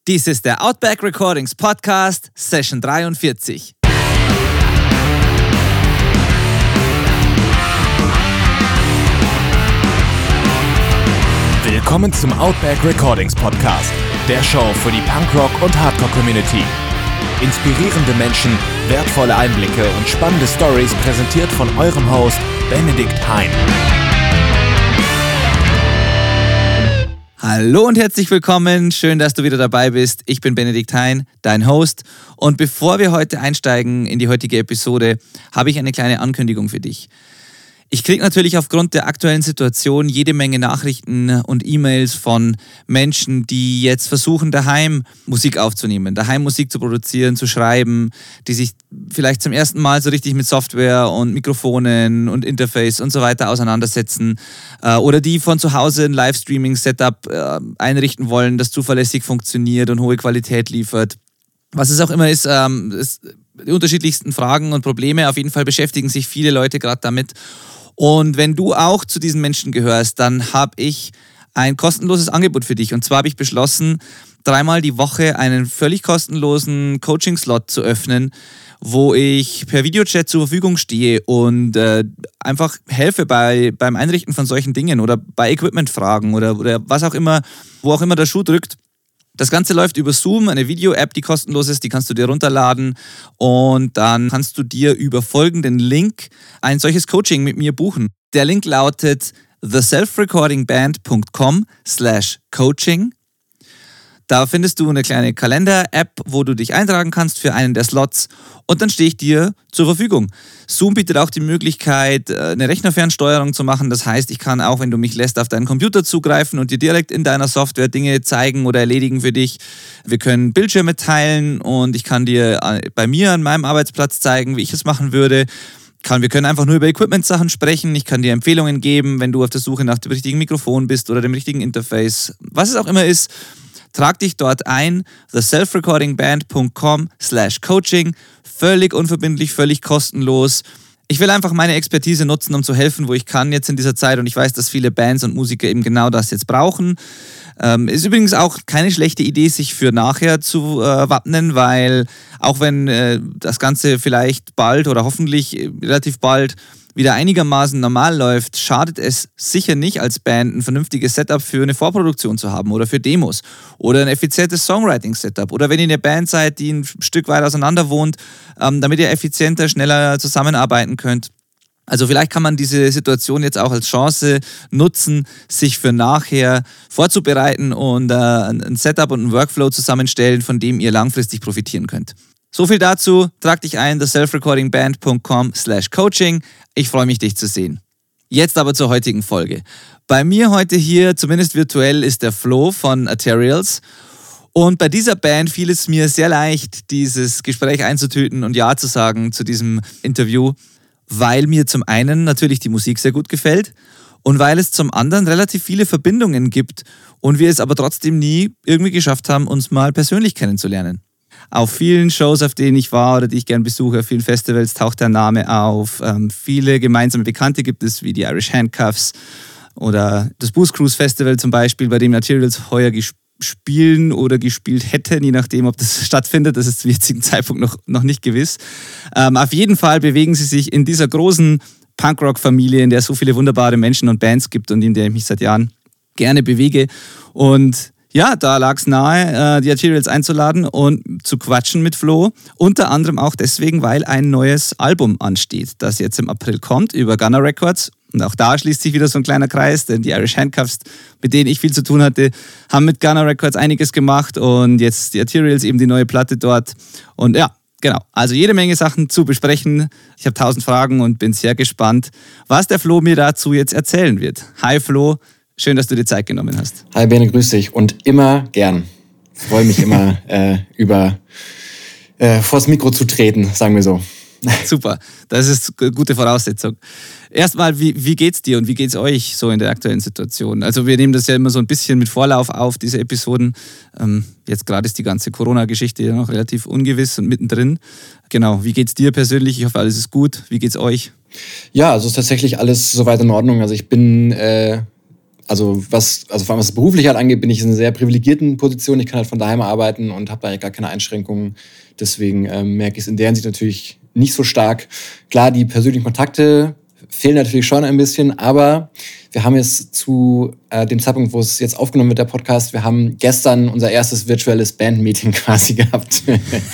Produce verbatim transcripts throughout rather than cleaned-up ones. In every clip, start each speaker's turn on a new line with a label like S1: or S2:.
S1: Dies ist der Outback Recordings Podcast, Session dreiundvierzig.
S2: Willkommen zum Outback Recordings Podcast, der Show für die Punkrock- und Hardcore-Community. Inspirierende Menschen, wertvolle Einblicke und spannende Stories präsentiert von eurem Host Benedikt Hein.
S1: Hallo und herzlich willkommen, schön, dass du wieder dabei bist. Ich bin Benedikt Hein, dein Host. Und bevor wir heute einsteigen in die heutige Episode, habe ich eine kleine Ankündigung für dich. Ich kriege natürlich aufgrund der aktuellen Situation jede Menge Nachrichten und E-Mails von Menschen, die jetzt versuchen, daheim Musik aufzunehmen, daheim Musik zu produzieren, zu schreiben, die sich vielleicht zum ersten Mal so richtig mit Software und Mikrofonen und Interface und so weiter auseinandersetzen äh, oder die von zu Hause ein Livestreaming-Setup äh, einrichten wollen, das zuverlässig funktioniert und hohe Qualität liefert. Was es auch immer ist, ähm, ist die unterschiedlichsten Fragen und Probleme. Auf jeden Fall beschäftigen sich viele Leute gerade damit. Und wenn du auch zu diesen Menschen gehörst, dann habe ich ein kostenloses Angebot für dich. Und zwar habe ich beschlossen, dreimal die Woche einen völlig kostenlosen Coaching-Slot zu öffnen, wo ich per Videochat zur Verfügung stehe und äh, einfach helfe bei, beim Einrichten von solchen Dingen oder bei Equipment-Fragen oder, oder was auch immer, wo auch immer der Schuh drückt. Das Ganze läuft über Zoom, eine Video-App, die kostenlos ist, die kannst du dir runterladen und dann kannst du dir über folgenden Link ein solches Coaching mit mir buchen. Der Link lautet theselfrecordingband.com slash coaching. Da findest du eine kleine Kalender-App, wo du dich eintragen kannst für einen der Slots und dann stehe ich dir zur Verfügung. Zoom bietet auch die Möglichkeit, eine Rechnerfernsteuerung zu machen. Das heißt, ich kann auch, wenn du mich lässt, auf deinen Computer zugreifen und dir direkt in deiner Software Dinge zeigen oder erledigen für dich. Wir können Bildschirme teilen und ich kann dir bei mir an meinem Arbeitsplatz zeigen, wie ich es machen würde. Kann, wir können einfach nur über Equipment-Sachen sprechen. Ich kann dir Empfehlungen geben, wenn du auf der Suche nach dem richtigen Mikrofon bist oder dem richtigen Interface. Was es auch immer ist. Trag dich dort ein, theselfrecordingband.com slash coaching, völlig unverbindlich, völlig kostenlos. Ich will einfach meine Expertise nutzen, um zu helfen, wo ich kann jetzt in dieser Zeit und ich weiß, dass viele Bands und Musiker eben genau das jetzt brauchen. Ähm, ist übrigens auch keine schlechte Idee, sich für nachher zu äh, wappnen, weil auch wenn äh, das Ganze vielleicht bald oder hoffentlich äh, relativ bald wieder einigermaßen normal läuft, schadet es sicher nicht als Band ein vernünftiges Setup für eine Vorproduktion zu haben oder für Demos oder ein effizientes Songwriting-Setup oder wenn ihr eine Band seid, die ein Stück weit auseinander wohnt, ähm, damit ihr effizienter, schneller zusammenarbeiten könnt. Also vielleicht kann man diese Situation jetzt auch als Chance nutzen, sich für nachher vorzubereiten und äh, ein Setup und ein Workflow zusammenstellen, von dem ihr langfristig profitieren könnt. So viel dazu, trag dich ein, theselfrecordingband.com slash coaching. Ich freue mich, dich zu sehen. Jetzt aber zur heutigen Folge. Bei mir heute hier, zumindest virtuell, ist der Flo von Arterials. Und bei dieser Band fiel es mir sehr leicht, dieses Gespräch einzutüten und Ja zu sagen zu diesem Interview, weil mir zum einen natürlich die Musik sehr gut gefällt und weil es zum anderen relativ viele Verbindungen gibt und wir es aber trotzdem nie irgendwie geschafft haben, uns mal persönlich kennenzulernen. Auf vielen Shows, auf denen ich war oder die ich gern besuche, auf vielen Festivals taucht der Name auf. Ähm, viele gemeinsame Bekannte gibt es, wie die Irish Handcuffs oder das Booze Cruise Festival zum Beispiel, bei dem Arterials heuer ges- spielen oder gespielt hätten, je nachdem, ob das stattfindet. Das ist zum jetzigen Zeitpunkt noch, noch nicht gewiss. Ähm, auf jeden Fall bewegen sie sich in dieser großen Punkrock-Familie, in der es so viele wunderbare Menschen und Bands gibt und in der ich mich seit Jahren gerne bewege. Und ja, da lag es nahe, die Arterials einzuladen und zu quatschen mit Flo. Unter anderem auch deswegen, weil ein neues Album ansteht, das jetzt im April kommt über Gunner Records. Und auch da schließt sich wieder so ein kleiner Kreis, denn die Irish Handcuffs, mit denen ich viel zu tun hatte, haben mit Gunner Records einiges gemacht und jetzt die Arterials, eben die neue Platte dort. Und ja, genau, also jede Menge Sachen zu besprechen. Ich habe tausend Fragen und bin sehr gespannt, was der Flo mir dazu jetzt erzählen wird. Hi Flo. Schön, dass du dir Zeit genommen hast.
S3: Hi Bene, grüß dich und immer gern. Ich freue mich immer, äh, über äh, vors Mikro zu treten, sagen wir so.
S1: Super, das ist eine gute Voraussetzung. Erstmal, wie, wie geht's dir und wie geht's euch so in der aktuellen Situation? Also wir nehmen das ja immer so ein bisschen mit Vorlauf auf, diese Episoden. Ähm, jetzt gerade ist die ganze Corona-Geschichte ja noch relativ ungewiss und mittendrin. Genau, wie geht's dir persönlich? Ich hoffe, alles ist gut. Wie geht's euch?
S3: Ja, also ist tatsächlich alles soweit in Ordnung. Also ich bin... Äh also was, also vor allem was das berufliche halt angeht, bin ich in einer sehr privilegierten Position. Ich kann halt von daheim arbeiten und habe da gar keine Einschränkungen. Deswegen ähm, merke ich es in der Hinsicht natürlich nicht so stark. Klar, die persönlichen Kontakte fehlen natürlich schon ein bisschen, aber wir haben jetzt zu äh, dem Zeitpunkt, wo es jetzt aufgenommen wird, der Podcast, wir haben gestern unser erstes virtuelles Bandmeeting quasi gehabt.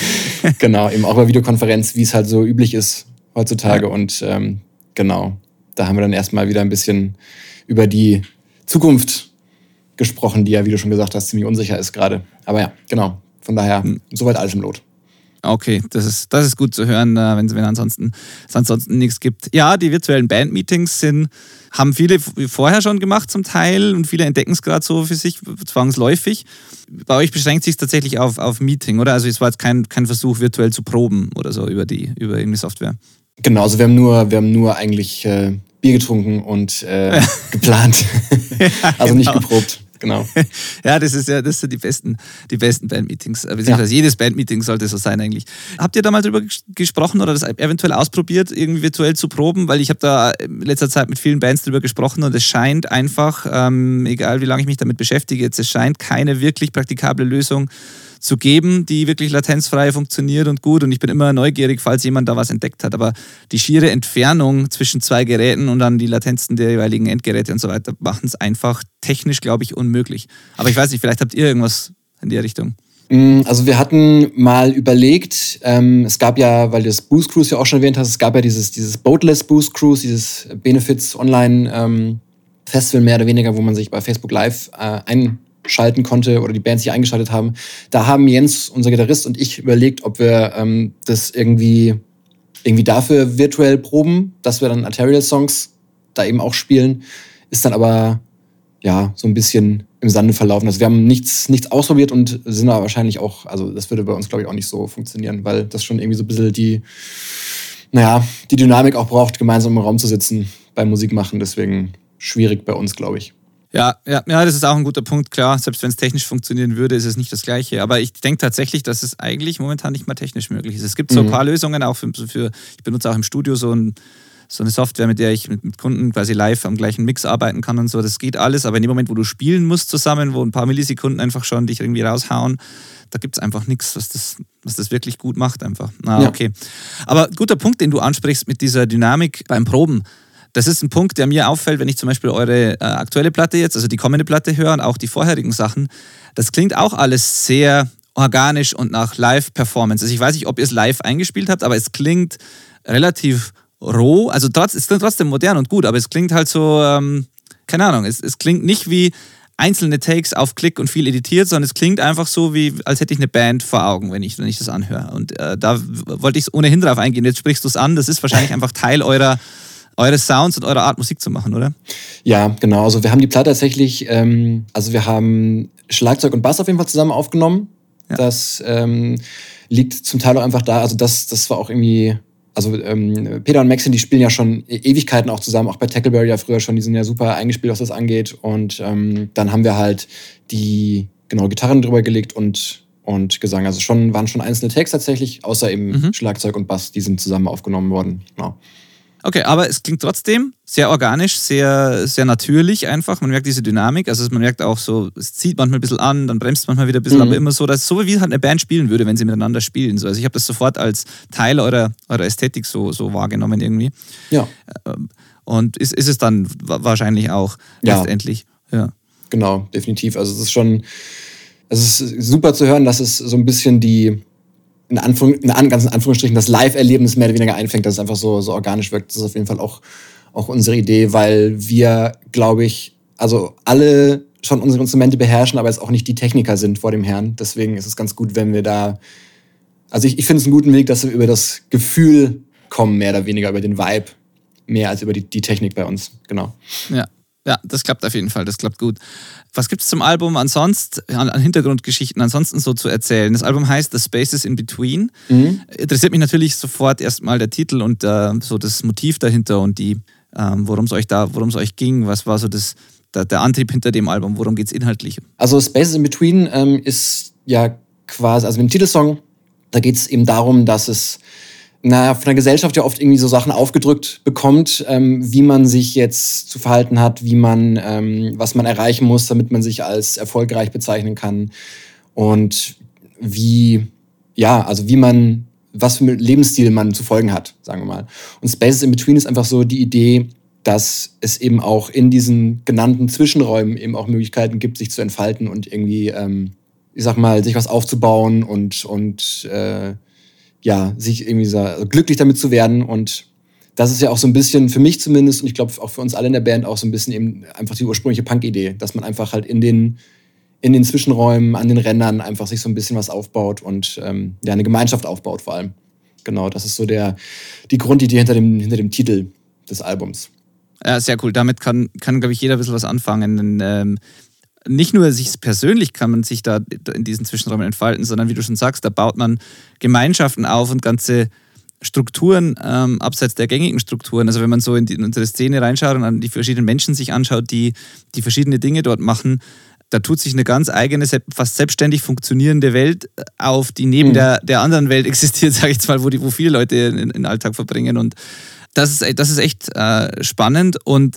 S3: Genau, eben auch bei Videokonferenz, wie es halt so üblich ist heutzutage. Ja. Und ähm, genau, da haben wir dann erstmal wieder ein bisschen über die Zukunft gesprochen, die ja, wie du schon gesagt hast, ziemlich unsicher ist gerade. Aber ja, genau, von daher hm. soweit alles im Lot.
S1: Okay, das ist, das ist gut zu hören, wenn es ansonsten, ansonsten nichts gibt. Ja, die virtuellen Bandmeetings sind, haben viele vorher schon gemacht zum Teil und viele entdecken es gerade so für sich zwangsläufig. Bei euch beschränkt sich es tatsächlich auf, auf Meeting, oder? Also es war jetzt kein, kein Versuch, virtuell zu proben oder so über die über irgendeine Software.
S3: Genau, also wir haben nur, wir haben nur eigentlich äh, Bier getrunken und äh, geplant. Ja, also genau. Nicht geprobt. Genau.
S1: Ja, das ist ja, das sind die besten, die besten Bandmeetings. Beziehungsweise ja. Jedes Bandmeeting sollte so sein eigentlich. Habt ihr da mal drüber gesprochen oder das eventuell ausprobiert, irgendwie virtuell zu proben? Weil ich habe da in letzter Zeit mit vielen Bands drüber gesprochen und es scheint einfach, ähm, egal wie lange ich mich damit beschäftige, jetzt, es scheint keine wirklich praktikable Lösung zu geben, die wirklich latenzfrei funktioniert und gut. Und ich bin immer neugierig, falls jemand da was entdeckt hat. Aber die schiere Entfernung zwischen zwei Geräten und dann die Latenzen der jeweiligen Endgeräte und so weiter machen es einfach technisch, glaube ich, unmöglich. Aber ich weiß nicht, vielleicht habt ihr irgendwas in die Richtung.
S3: Also wir hatten mal überlegt, ähm, es gab ja, weil du das Boost Cruise ja auch schon erwähnt hast, es gab ja dieses, dieses Boatless Boost Cruise, dieses Benefits Online ähm, Festival mehr oder weniger, wo man sich bei Facebook Live äh, ein schalten konnte oder die Bands, die eingeschaltet haben. Da haben Jens, unser Gitarrist, und ich überlegt, ob wir ähm, das irgendwie, irgendwie dafür virtuell proben, dass wir dann Arterial-Songs da eben auch spielen. Ist dann aber ja so ein bisschen im Sande verlaufen. Also wir haben nichts, nichts ausprobiert und sind aber wahrscheinlich auch, also das würde bei uns, glaube ich, auch nicht so funktionieren, weil das schon irgendwie so ein bisschen die, naja, die Dynamik auch braucht, gemeinsam im Raum zu sitzen beim Musikmachen. Deswegen schwierig bei uns, glaube ich.
S1: Ja, ja, ja, das ist auch ein guter Punkt, klar. Selbst wenn es technisch funktionieren würde, ist es nicht das Gleiche. Aber ich denke tatsächlich, dass es eigentlich momentan nicht mal technisch möglich ist. Es gibt so ein paar Lösungen, auch für, für ich benutze auch im Studio so, ein, so eine Software, mit der ich mit, mit Kunden quasi live am gleichen Mix arbeiten kann und so. Das geht alles, aber in dem Moment, wo du spielen musst zusammen, wo ein paar Millisekunden einfach schon dich irgendwie raushauen, da gibt es einfach nichts, was das, was das wirklich gut macht einfach. Ah, ja. Okay. Aber guter Punkt, den du ansprichst mit dieser Dynamik beim Proben. Das ist ein Punkt, der mir auffällt, wenn ich zum Beispiel eure äh, aktuelle Platte jetzt, also die kommende Platte höre und auch die vorherigen Sachen. Das klingt auch alles sehr organisch und nach Live-Performance. Also ich weiß nicht, ob ihr es live eingespielt habt, aber es klingt relativ roh. Also trotz, es klingt trotzdem modern und gut, aber es klingt halt so, ähm, keine Ahnung, es, es klingt nicht wie einzelne Takes auf Klick und viel editiert, sondern es klingt einfach so, wie als hätte ich eine Band vor Augen, wenn ich, wenn ich das anhöre. Und äh, da wollte ich ohnehin drauf eingehen. Jetzt sprichst du es an, das ist wahrscheinlich einfach Teil eurer eure Sounds und eure Art, Musik zu machen, oder?
S3: Ja, genau. Also wir haben die Platte tatsächlich, ähm, also wir haben Schlagzeug und Bass auf jeden Fall zusammen aufgenommen. Ja. Das ähm, liegt zum Teil auch einfach da, also das, das war auch irgendwie, also ähm, Peter und Maxine, die spielen ja schon Ewigkeiten auch zusammen, auch bei Tackleberry ja früher schon, die sind ja super eingespielt, was das angeht. Und ähm, dann haben wir halt die, genau, Gitarren drüber gelegt und und Gesang. Also schon, waren schon einzelne Takes tatsächlich, außer eben mhm. Schlagzeug und Bass, die sind zusammen aufgenommen worden. Genau.
S1: Okay, aber es klingt trotzdem sehr organisch, sehr, sehr natürlich einfach. Man merkt diese Dynamik, also man merkt auch so, es zieht manchmal ein bisschen an, dann bremst manchmal wieder ein bisschen, mhm. aber immer so, dass so wie halt eine Band spielen würde, wenn sie miteinander spielen. Also ich habe das sofort als Teil eurer, eurer Ästhetik so, so wahrgenommen irgendwie.
S3: Ja.
S1: Und ist, ist es dann wahrscheinlich auch
S3: ja.
S1: letztendlich. Ja.
S3: Genau, definitiv. Also es ist schon, es ist super zu hören, dass es so ein bisschen die in, Anführung, in ganzen Anführungsstrichen das Live-Erlebnis mehr oder weniger einfängt, dass es einfach so, so organisch wirkt. Das ist auf jeden Fall auch, auch unsere Idee, weil wir, glaube ich, also alle schon unsere Instrumente beherrschen, aber jetzt auch nicht die Techniker sind vor dem Herrn. Deswegen ist es ganz gut, wenn wir da, also ich, ich finde es einen guten Weg, dass wir über das Gefühl kommen, mehr oder weniger über den Vibe, mehr als über die, die Technik bei uns. Genau.
S1: Ja. Ja, das klappt auf jeden Fall, das klappt gut. Was gibt es zum Album ansonsten, an, an Hintergrundgeschichten ansonsten so zu erzählen? Das Album heißt The Spaces in Between. Mhm. Interessiert mich natürlich sofort erstmal der Titel und äh, so das Motiv dahinter und die, ähm, worum es euch da, worum es euch ging. Was war so das, der, der Antrieb hinter dem Album? Worum geht es inhaltlich?
S3: Also Spaces in Between ähm, ist ja quasi, also mit dem Titelsong, da geht es eben darum, dass es naja, von der Gesellschaft ja oft irgendwie so Sachen aufgedrückt bekommt, ähm, wie man sich jetzt zu verhalten hat, wie man, ähm, was man erreichen muss, damit man sich als erfolgreich bezeichnen kann und wie, ja, also wie man, was für einen Lebensstil man zu folgen hat, sagen wir mal. Und Spaces in Between ist einfach so die Idee, dass es eben auch in diesen genannten Zwischenräumen eben auch Möglichkeiten gibt, sich zu entfalten und irgendwie, ähm, ich sag mal, sich was aufzubauen und, und äh, ja, sich irgendwie so glücklich damit zu werden. Und das ist ja auch so ein bisschen, für mich zumindest, und ich glaube auch für uns alle in der Band, auch so ein bisschen eben einfach die ursprüngliche Punk-Idee, dass man einfach halt in den, in den Zwischenräumen, an den Rändern einfach sich so ein bisschen was aufbaut und ähm, ja, eine Gemeinschaft aufbaut vor allem. Genau, das ist so der, die Grundidee hinter dem, hinter dem Titel des Albums.
S1: Ja, sehr cool. Damit kann, kann glaube ich, jeder ein bisschen was anfangen. Denn, ähm, nicht nur sich persönlich kann man sich da in diesen Zwischenräumen entfalten, sondern wie du schon sagst, da baut man Gemeinschaften auf und ganze Strukturen ähm, abseits der gängigen Strukturen. Also wenn man so in, die, in unsere Szene reinschaut und an die verschiedenen Menschen sich anschaut, die, die verschiedene Dinge dort machen, da tut sich eine ganz eigene, fast selbstständig funktionierende Welt auf, die neben mhm. der, der anderen Welt existiert, sage ich jetzt mal, wo, die, wo viele Leute in, in den Alltag verbringen. Und das ist, das ist echt äh, spannend. Und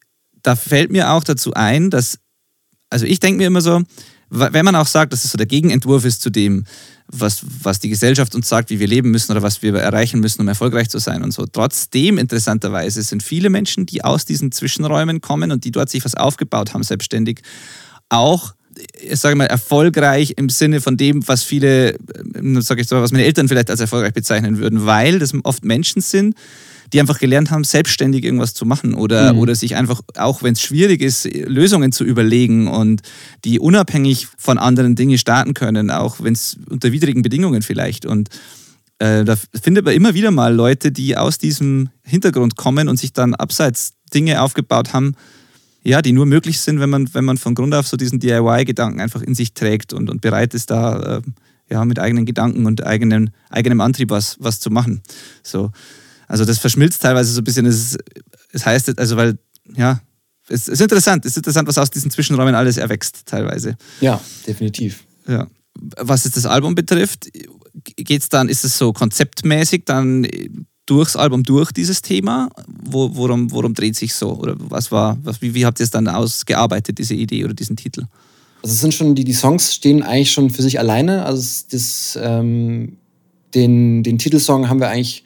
S1: da fällt mir auch dazu ein, dass, also ich denke mir immer so, wenn man auch sagt, dass es so der Gegenentwurf ist zu dem, was, was die Gesellschaft uns sagt, wie wir leben müssen oder was wir erreichen müssen, um erfolgreich zu sein und so. Trotzdem, interessanterweise, sind viele Menschen, die aus diesen Zwischenräumen kommen und die dort sich was aufgebaut haben, selbstständig, auch, ich sage mal, erfolgreich im Sinne von dem, was viele, sag ich so, was meine Eltern vielleicht als erfolgreich bezeichnen würden, weil das oft Menschen sind, die einfach gelernt haben, selbstständig irgendwas zu machen oder, mhm. oder sich einfach, auch wenn es schwierig ist, Lösungen zu überlegen und die unabhängig von anderen Dinge starten können, auch wenn es unter widrigen Bedingungen vielleicht. Und äh, da findet man immer wieder mal Leute, die aus diesem Hintergrund kommen und sich dann abseits Dinge aufgebaut haben, ja, die nur möglich sind, wenn man, wenn man von Grund auf so diesen D I Y-Gedanken einfach in sich trägt und, und bereit ist, da äh, ja, mit eigenen Gedanken und eigenen, eigenem Antrieb was, was zu machen. So. Also das verschmilzt teilweise so ein bisschen. Es, es heißt, also weil, ja, es ist interessant. Es ist interessant, was aus diesen Zwischenräumen alles erwächst teilweise.
S3: Ja, definitiv.
S1: Ja. Was jetzt das Album betrifft, geht's dann, ist es so konzeptmäßig dann durchs Album durch dieses Thema? Wo, worum, worum dreht sich so? Oder was war, was, wie, wie habt ihr es dann ausgearbeitet, diese Idee oder diesen Titel?
S3: Also es sind schon, die, die Songs stehen eigentlich schon für sich alleine. Also das, ähm, den, den Titelsong haben wir eigentlich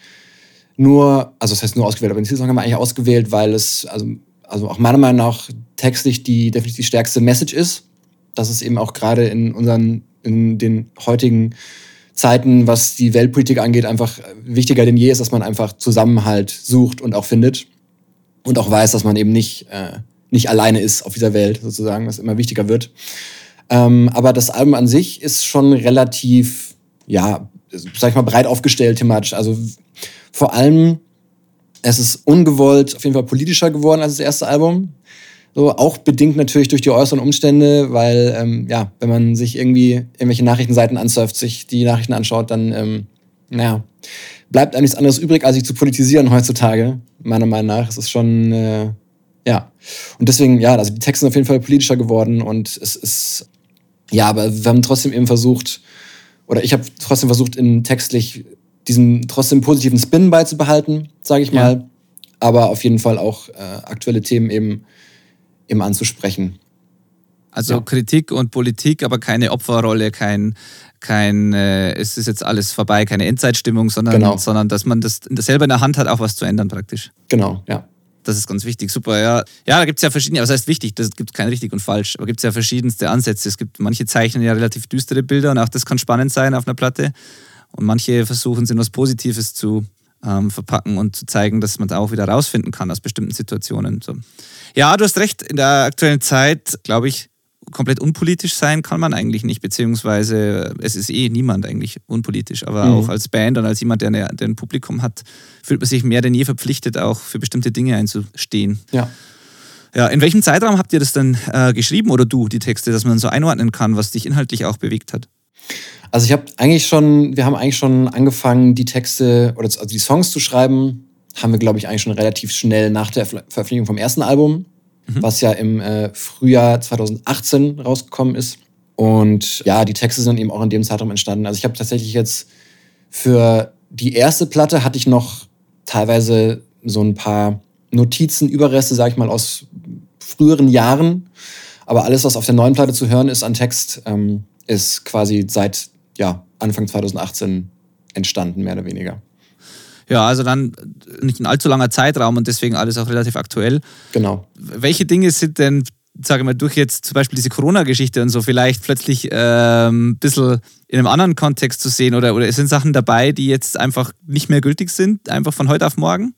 S3: nur, also das heißt nur ausgewählt, aber den Titelsong haben wir eigentlich ausgewählt, weil es, also, also auch meiner Meinung nach textlich die definitiv die stärkste Message ist. Dass es eben auch gerade in unseren, in den heutigen Zeiten, was die Weltpolitik angeht, einfach wichtiger denn je ist, dass man einfach Zusammenhalt sucht und auch findet. Und auch weiß, dass man eben nicht, äh, nicht alleine ist auf dieser Welt, sozusagen, was immer wichtiger wird. Ähm, aber das Album an sich ist schon relativ, ja, sag ich mal, breit aufgestellt thematisch. Also vor allem, es ist ungewollt auf jeden Fall politischer geworden als das erste Album. So, auch bedingt natürlich durch die äußeren Umstände, weil, ähm, ja, wenn man sich irgendwie irgendwelche Nachrichtenseiten ansurft, sich die Nachrichten anschaut, dann, ähm, naja, bleibt einem nichts anderes übrig, als sich zu politisieren heutzutage, meiner Meinung nach. Es ist schon, äh, ja. Und deswegen, ja, also die Texte sind auf jeden Fall politischer geworden und es ist, ja, aber wir haben trotzdem eben versucht, oder ich habe trotzdem versucht, in textlich diesen trotzdem positiven Spin beizubehalten, sage ich mal, ja. Aber auf jeden Fall auch äh, aktuelle Themen eben eben anzusprechen.
S1: Also ja. Kritik und Politik, aber keine Opferrolle, kein, kein äh, es ist jetzt alles vorbei, keine Endzeitstimmung, sondern, genau. sondern dass man das selber in der Hand hat, auch was zu ändern praktisch.
S3: Genau, ja.
S1: Das ist ganz wichtig, super, ja. Ja, da gibt es ja verschiedene, was heißt wichtig, das gibt kein richtig und falsch, aber gibt es ja verschiedenste Ansätze. Es gibt, manche zeichnen ja relativ düstere Bilder und auch das kann spannend sein auf einer Platte. Und manche versuchen, sie in was Positives zu ähm, verpacken und zu zeigen, dass man da auch wieder rausfinden kann aus bestimmten Situationen. So. Ja, du hast recht, in der aktuellen Zeit, glaube ich, komplett unpolitisch sein kann man eigentlich nicht, beziehungsweise es ist eh niemand eigentlich unpolitisch, aber mhm. auch als Band und als jemand, der, eine, der ein Publikum hat, fühlt man sich mehr denn je verpflichtet, auch für bestimmte Dinge einzustehen.
S3: Ja.
S1: Ja, in welchem Zeitraum habt ihr das denn äh, geschrieben oder du, die Texte, dass man so einordnen kann, was dich inhaltlich auch bewegt hat?
S3: Also ich habe eigentlich schon, wir haben eigentlich schon angefangen, die Texte oder also die Songs zu schreiben, haben wir, glaube ich, eigentlich schon relativ schnell nach der Veröffentlichung vom ersten Album, mhm. was ja im äh, Frühjahr zwanzig achtzehn rausgekommen ist. Und ja, die Texte sind eben auch in dem Zeitraum entstanden. Also ich habe tatsächlich jetzt für die erste Platte hatte ich noch teilweise so ein paar Notizen, Überreste, sag ich mal, aus früheren Jahren. Aber alles, was auf der neuen Platte zu hören ist an Text, ähm, ist quasi seit ja, Anfang zwanzig achtzehn entstanden, mehr oder weniger.
S1: Ja, also dann nicht ein allzu langer Zeitraum und deswegen alles auch relativ aktuell.
S3: Genau.
S1: Welche Dinge sind denn, sage ich mal, durch jetzt zum Beispiel diese Corona-Geschichte und so vielleicht plötzlich ähm, ein bisschen in einem anderen Kontext zu sehen oder, oder sind Sachen dabei, die jetzt einfach nicht mehr gültig sind, einfach von heute auf morgen?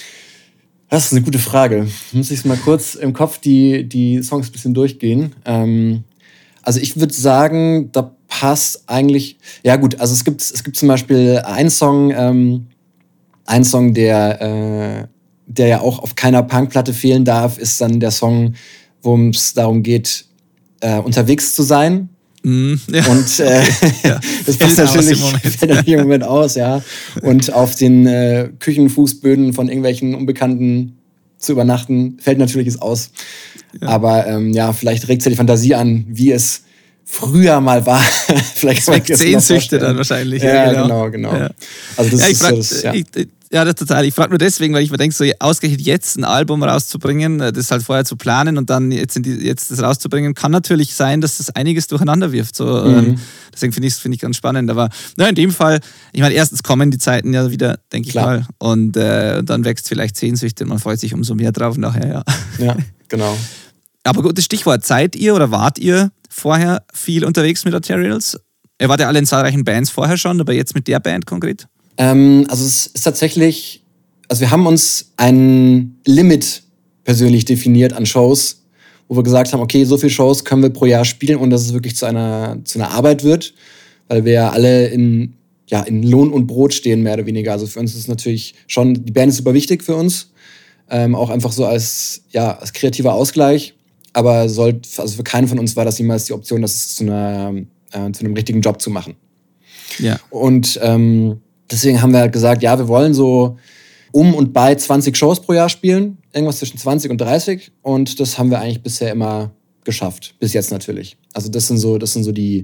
S3: Das ist eine gute Frage. Muss ich mal kurz im Kopf die, die Songs ein bisschen durchgehen. Ähm, also ich würde sagen, da passt eigentlich, ja gut, also es gibt, es gibt zum Beispiel einen Song, ähm, ein Song, der, äh, der ja auch auf keiner Punkplatte fehlen darf, ist dann der Song, worum es darum geht, äh, unterwegs zu sein.
S1: Mm, ja.
S3: Und äh, ja. das passt natürlich, fällt natürlich im Moment aus, ja. Und auf den äh, Küchenfußböden von irgendwelchen Unbekannten zu übernachten, fällt natürlich es aus. Ja. Aber ähm, ja, vielleicht regt es ja die Fantasie an, wie es früher mal war. Vielleicht
S1: das weckt Sehnsüchte dann wahrscheinlich.
S3: Ja, ja genau, genau. genau. Ja. Also das
S1: ja, ich
S3: ist
S1: frag,
S3: so das, ja.
S1: Ich, ja, das total. Ich frage nur deswegen, weil ich mir denke, so ausgerechnet jetzt ein Album rauszubringen, das halt vorher zu planen und dann jetzt, in die, jetzt das rauszubringen, kann natürlich sein, dass das einiges durcheinander wirft. So, mhm. Deswegen finde ich es find ich ganz spannend. Aber na, in dem Fall, ich meine, erstens kommen die Zeiten ja wieder, denke ich mal. Und äh, dann wächst vielleicht Sehnsüchte und man freut sich umso mehr drauf nachher. Ja,
S3: ja genau.
S1: Aber gut, das Stichwort, seid ihr oder wart ihr vorher viel unterwegs mit Arterials? Ihr wart ja alle in zahlreichen Bands vorher schon, aber jetzt mit der Band konkret?
S3: Ähm, also es ist tatsächlich, also wir haben uns ein Limit persönlich definiert an Shows, wo wir gesagt haben, okay, so viele Shows können wir pro Jahr spielen, ohne dass es wirklich zu einer, zu einer Arbeit wird, weil wir ja alle in, ja, in Lohn und Brot stehen, mehr oder weniger. Also für uns ist es natürlich schon, die Band ist super wichtig für uns, ähm, auch einfach so als, ja, als kreativer Ausgleich. Aber sollt, also für keinen von uns war das niemals die Option, das zu, einer, äh, zu einem richtigen Job zu machen.
S1: Ja.
S3: Und ähm, deswegen haben wir halt gesagt, ja, wir wollen so um und bei zwanzig Shows pro Jahr spielen, irgendwas zwischen zwanzig und dreißig. Und das haben wir eigentlich bisher immer geschafft, bis jetzt natürlich. Also das sind so, das sind so die,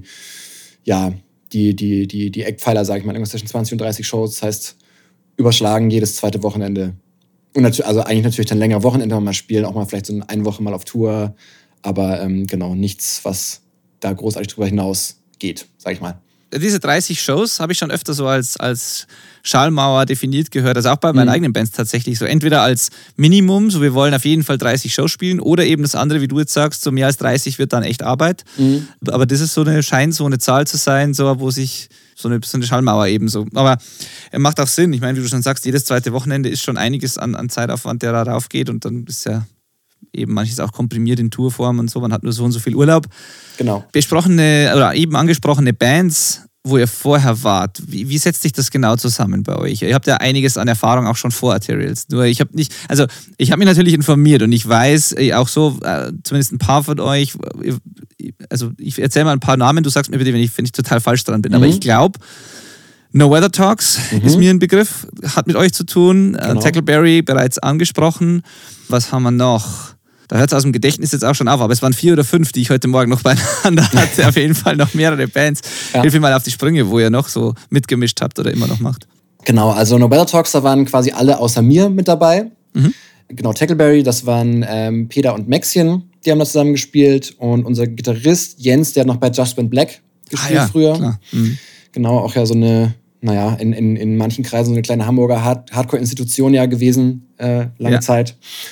S3: ja, die, die, die, die Eckpfeiler, sag ich mal, irgendwas zwischen zwanzig und dreißig Shows. Das heißt, überschlagen jedes zweite Wochenende. Und natürlich, also eigentlich natürlich dann länger Wochenende mal spielen, auch mal vielleicht so eine Woche mal auf Tour. Aber ähm, genau, nichts, was da großartig drüber hinaus geht, sag ich mal.
S1: Diese dreißig Shows habe ich schon öfter so als, als Schallmauer definiert gehört. Also auch bei meinen mhm. eigenen Bands tatsächlich so. Entweder als Minimum, so wir wollen auf jeden Fall dreißig Shows spielen, oder eben das andere, wie du jetzt sagst, so mehr als dreißig wird dann echt Arbeit. Mhm. Aber das ist so eine, scheint so eine Zahl zu sein, so, wo sich so eine, so eine Schallmauer eben so. Aber er macht auch Sinn. Ich meine, wie du schon sagst, jedes zweite Wochenende ist schon einiges an, an Zeitaufwand, der da drauf geht, und dann ist ja eben manches auch komprimiert in Tourform und so, man hat nur so und so viel Urlaub.
S3: Genau.
S1: Besprochene oder eben angesprochene Bands, wo ihr vorher wart, wie, wie setzt sich das genau zusammen bei euch? Ihr habt ja einiges an Erfahrung auch schon vor Arterials. Nur ich habe nicht, also ich habe mich natürlich informiert und ich weiß auch so, äh, zumindest ein paar von euch, also ich erzähle mal ein paar Namen, du sagst mir bitte, wenn ich, wenn ich total falsch dran bin, mhm. aber ich glaube, No Weather Talks mhm. ist mir ein Begriff, hat mit euch zu tun. Genau. Tackleberry bereits angesprochen. Was haben wir noch? Da hört es aus dem Gedächtnis jetzt auch schon auf, aber es waren vier oder fünf, die ich heute Morgen noch beieinander hatte. Auf jeden Fall noch mehrere Bands. Ja. Hilf mir mal auf die Sprünge, wo ihr noch so mitgemischt habt oder immer noch macht.
S3: Genau, also No Weather Talks, da waren quasi alle außer mir mit dabei. Mhm. Genau, Tackleberry, das waren ähm, Peter und Maxchen, die haben da zusammen gespielt. Und unser Gitarrist Jens, der hat noch bei Just Went Black gespielt ah, ja, früher. Klar. Mhm. Genau, auch ja so eine, naja, in, in, in manchen Kreisen so eine kleine Hamburger Hard- Hardcore-Institution ja gewesen, äh, lange ja. Zeit.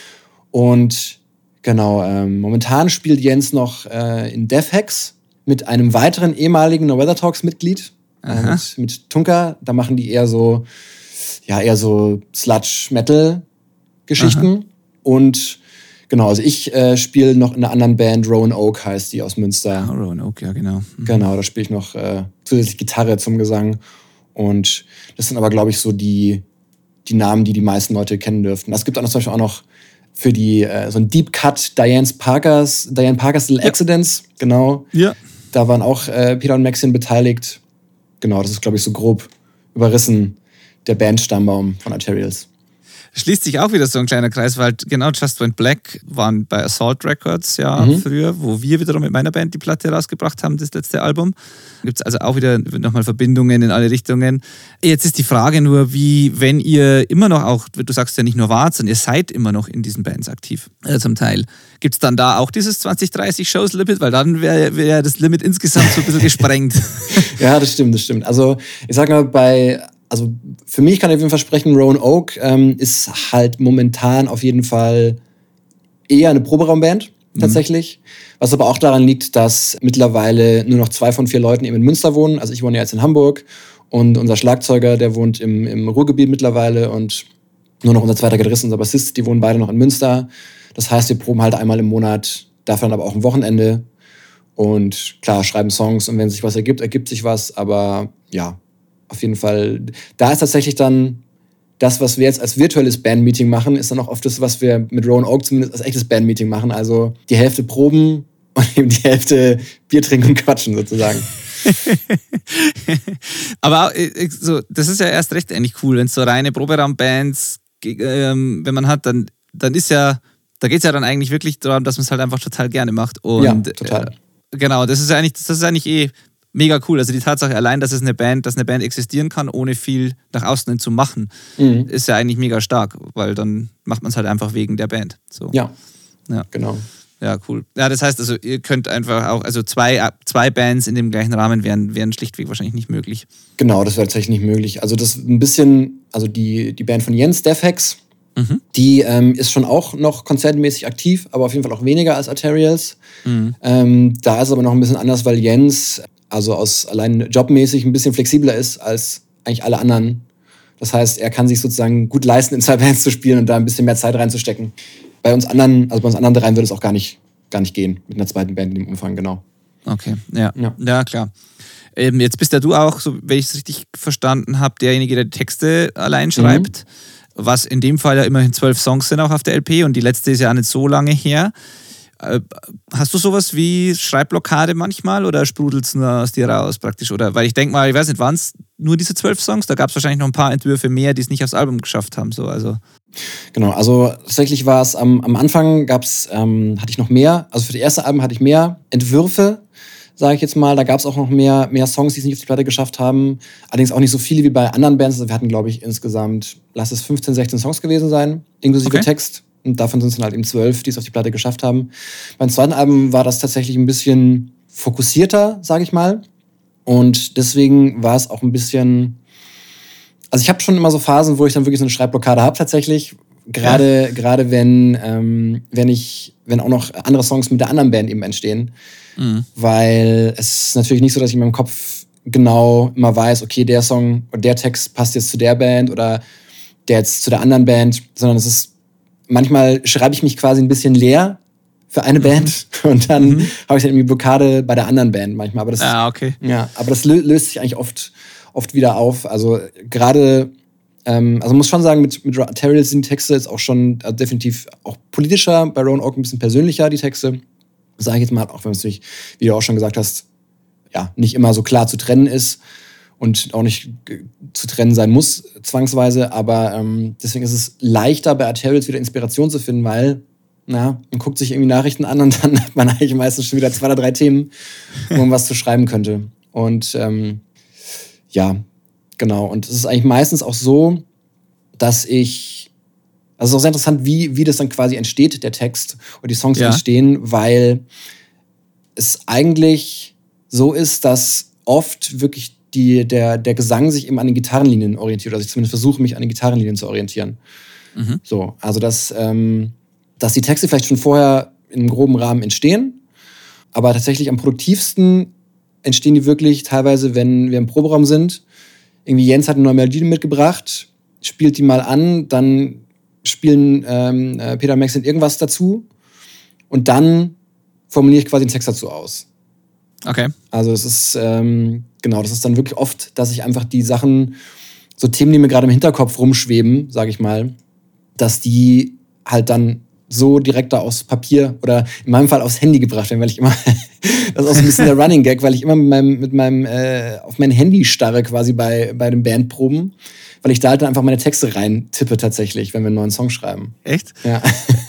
S3: Und genau, ähm, momentan spielt Jens noch äh, in Death Hex mit einem weiteren ehemaligen No Weather Talks Mitglied, äh, mit, mit Tunka. Da machen die eher so, ja, eher so Sludge-Metal-Geschichten. Aha. Und genau, also ich äh, spiele noch in einer anderen Band, Rowan Oak heißt die, aus Münster.
S1: Oh, Rowan Oak, ja, genau. Mhm.
S3: Genau, da spiele ich noch äh, zusätzlich Gitarre zum Gesang. Und das sind aber, glaube ich, so die, die Namen, die die meisten Leute kennen dürften. Es gibt auch noch, zum Beispiel auch noch für die, äh, so ein Deep Cut, Diane Parkers, Diane Parkers Little ja. Accidents, genau.
S1: Ja.
S3: Da waren auch äh, Peter und Maxine beteiligt. Genau, das ist, glaube ich, so grob überrissen der Bandstammbaum von Arterials.
S1: schließt sich auch wieder so ein kleiner Kreis, weil genau Just Went Black waren bei Assault Records ja
S3: Mhm.
S1: früher, wo wir wiederum mit meiner Band die Platte rausgebracht haben, das letzte Album. Gibt es also auch wieder nochmal Verbindungen in alle Richtungen. Jetzt ist die Frage nur, wie, wenn ihr immer noch auch, du sagst ja nicht nur wart, sondern ihr seid immer noch in diesen Bands aktiv, äh, zum Teil. Gibt es dann da auch dieses zwanzig, dreißig Shows Limit? Weil dann wäre wär das Limit insgesamt so ein bisschen gesprengt.
S3: Ja, das stimmt, das stimmt. Also ich sag mal, bei, also für mich kann ich auf jeden Fall sprechen, Rowan Oak ähm, ist halt momentan auf jeden Fall eher eine Proberaumband, tatsächlich. Mhm. Was aber auch daran liegt, dass mittlerweile nur noch zwei von vier Leuten eben in Münster wohnen. Also ich wohne ja jetzt in Hamburg und unser Schlagzeuger, der wohnt im, im Ruhrgebiet mittlerweile und nur noch unser zweiter Gitarrist, unser Bassist, die wohnen beide noch in Münster. Das heißt, wir proben halt einmal im Monat, dafür dann aber auch am Wochenende. Und klar, schreiben Songs und wenn sich was ergibt, ergibt sich was. Aber ja, auf jeden Fall, da ist tatsächlich dann das, was wir jetzt als virtuelles Bandmeeting machen, ist dann auch oft das, was wir mit Rowan Oak zumindest als echtes Bandmeeting machen. Also die Hälfte proben und eben die Hälfte Bier trinken und quatschen sozusagen.
S1: Aber so, das ist ja erst recht eigentlich cool, wenn es so reine Proberaumbands, ähm, wenn man hat, dann, dann ist ja, da geht es ja dann eigentlich wirklich darum, dass man es halt einfach total gerne macht. Und,
S3: ja, total.
S1: Äh, genau, das ist ja eigentlich, das ist eigentlich eh mega cool. Also die Tatsache allein, dass es eine Band, dass eine Band existieren kann, ohne viel nach außen hin zu machen, mhm. ist ja eigentlich mega stark, weil dann macht man es halt einfach wegen der Band. So.
S3: Ja.
S1: ja,
S3: genau.
S1: Ja, cool. Ja, das heißt also, ihr könnt einfach auch, also zwei, zwei Bands in dem gleichen Rahmen wären, wären schlichtweg wahrscheinlich nicht möglich.
S3: Genau, das wäre tatsächlich nicht möglich. Also das ein bisschen, also die, die Band von Jens, Defhex, mhm. die ähm, ist schon auch noch konzertmäßig aktiv, aber auf jeden Fall auch weniger als Arterials. Mhm. Ähm, da ist es aber noch ein bisschen anders, weil Jens, also aus allein jobmäßig ein bisschen flexibler ist als eigentlich alle anderen. Das heißt, er kann sich sozusagen gut leisten, in zwei Bands zu spielen und da ein bisschen mehr Zeit reinzustecken. Bei uns anderen, also bei uns anderen dreien würde es auch gar nicht, gar nicht gehen, mit einer zweiten Band in dem Umfang, genau.
S1: Okay, ja, ja, ja klar. Ähm, jetzt bist ja du auch, so wenn ich es richtig verstanden habe, derjenige, der die Texte allein schreibt, mhm. was in dem Fall ja immerhin zwölf Songs sind auch auf der L P und die letzte ist ja auch nicht so lange her. Äh, hast du sowas wie Schreibblockade manchmal oder sprudelt es nur aus dir raus praktisch? Oder, weil ich denke mal, ich weiß nicht, waren es nur diese zwölf Songs? Da gab es wahrscheinlich noch ein paar Entwürfe mehr, die es nicht aufs Album geschafft haben. So, also.
S3: Genau, also tatsächlich war es am, am Anfang gab's, ähm, hatte ich noch mehr, also für die erste Alben hatte ich mehr Entwürfe, sage ich jetzt mal. Da gab es auch noch mehr, mehr Songs, die es nicht auf die Platte geschafft haben. Allerdings auch nicht so viele wie bei anderen Bands. Also wir hatten, glaube ich, insgesamt, lass es fünfzehn, sechzehn Songs gewesen sein, inklusive okay. Text. Und davon sind es dann halt eben zwölf, die es auf die Platte geschafft haben. Beim zweiten Album war das tatsächlich ein bisschen fokussierter, sage ich mal. Und deswegen war es auch ein bisschen... Also ich habe schon immer so Phasen, wo ich dann wirklich so eine Schreibblockade habe tatsächlich. Gerade ja. gerade wenn, ähm, wenn ich, wenn auch noch andere Songs mit der anderen Band eben entstehen. Mhm. Weil es ist natürlich nicht so, dass ich in meinem Kopf genau immer weiß, okay, der Song oder der Text passt jetzt zu der Band oder der jetzt zu der anderen Band, sondern es ist manchmal schreibe ich mich quasi ein bisschen leer für eine mhm. Band und dann mhm. habe ich dann irgendwie Blockade bei der anderen Band manchmal. Aber das,
S1: ah, okay.
S3: ja, aber das löst sich eigentlich oft, oft wieder auf. Also gerade, ähm, also muss schon sagen, mit, mit Arterials sind die Texte jetzt auch schon also definitiv auch politischer, bei Rowan Oak ein bisschen persönlicher, die Texte. Sage ich jetzt mal, auch wenn es natürlich, wie du auch schon gesagt hast, ja, nicht immer so klar zu trennen ist. Und auch nicht zu trennen sein muss, zwangsweise. Aber ähm, deswegen ist es leichter, bei Arterials wieder Inspiration zu finden, weil na, man guckt sich irgendwie Nachrichten an und dann hat man eigentlich meistens schon wieder zwei oder drei Themen, wo man was zu schreiben könnte. Und ähm, ja, genau. Und es ist eigentlich meistens auch so, dass ich... Also es ist auch sehr interessant, wie, wie das dann quasi entsteht, der Text oder die Songs ja. entstehen, weil es eigentlich so ist, dass oft wirklich Die, der, der Gesang sich eben an den Gitarrenlinien orientiert. Also ich zumindest versuche, mich an den Gitarrenlinien zu orientieren. Mhm. So, also dass, ähm, dass die Texte vielleicht schon vorher in einem groben Rahmen entstehen, aber tatsächlich am produktivsten entstehen die wirklich teilweise, wenn wir im Proberaum sind. Irgendwie Jens hat eine neue Melodie mitgebracht, spielt die mal an, dann spielen ähm, Peter Max und irgendwas dazu und dann formuliere ich quasi den Text dazu aus.
S1: Okay.
S3: Also es ist, ähm, genau, das ist dann wirklich oft, dass ich einfach die Sachen, so Themen, die mir gerade im Hinterkopf rumschweben, sage ich mal, dass die halt dann so direkt da aus Papier oder in meinem Fall aufs Handy gebracht werden, weil ich immer, das ist auch so ein bisschen der Running Gag, weil ich immer mit meinem, mit meinem äh, auf mein Handy starre quasi bei, bei den Bandproben, weil ich da halt dann einfach meine Texte rein tippe tatsächlich, wenn wir einen neuen Song schreiben.
S1: Echt?
S3: Ja.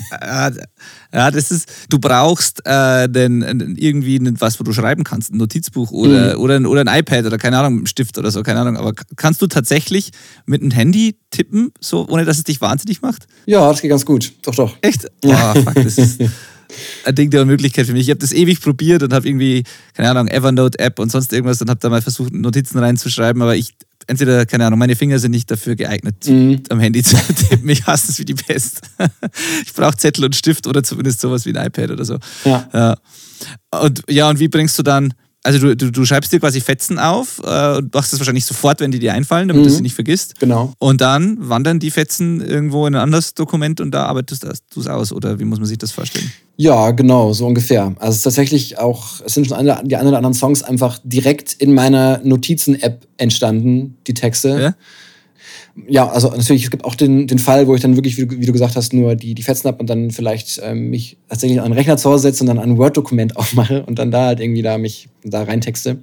S1: Ja, das ist, du brauchst äh, den, irgendwie was, wo du schreiben kannst, ein Notizbuch oder, mhm. oder, ein, oder ein iPad oder keine Ahnung, ein Stift oder so, keine Ahnung. Aber kannst du tatsächlich mit einem Handy tippen, so ohne dass es dich wahnsinnig macht?
S3: Ja, das geht ganz gut. Doch, doch.
S1: Echt? Ja. Oh, fuck, das ist ein Ding der Unmöglichkeit für mich. Ich habe das ewig probiert und habe irgendwie, keine Ahnung, Evernote-App und sonst irgendwas und habe da mal versucht, Notizen reinzuschreiben, aber ich entweder, keine Ahnung, meine Finger sind nicht dafür geeignet, mhm. am Handy zu tippen. Ich hasse es wie die Pest. Ich brauche Zettel und Stift oder zumindest sowas wie ein iPad oder so.
S3: Ja.
S1: Ja. Und, ja, und wie bringst du dann, also du, du, du schreibst dir quasi Fetzen auf äh, und machst das wahrscheinlich sofort, wenn die dir einfallen, damit mhm. du sie nicht vergisst.
S3: Genau.
S1: Und dann wandern die Fetzen irgendwo in ein anderes Dokument und da arbeitest du es aus, oder wie muss man sich das vorstellen?
S3: Ja, genau, so ungefähr. Also es ist tatsächlich auch, es sind schon eine, die ein oder anderen Songs einfach direkt in meiner Notizen-App entstanden, die Texte.
S1: Ja?
S3: Ja, also natürlich, es gibt auch den, den Fall, wo ich dann wirklich, wie du, wie du gesagt hast, nur die, die Fetzen habe und dann vielleicht ähm, mich tatsächlich an einen Rechner zu Hause setze und dann ein Word-Dokument aufmache und dann da halt irgendwie da mich da reintexte.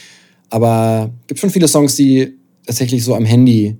S3: Aber es gibt schon viele Songs, die tatsächlich so am Handy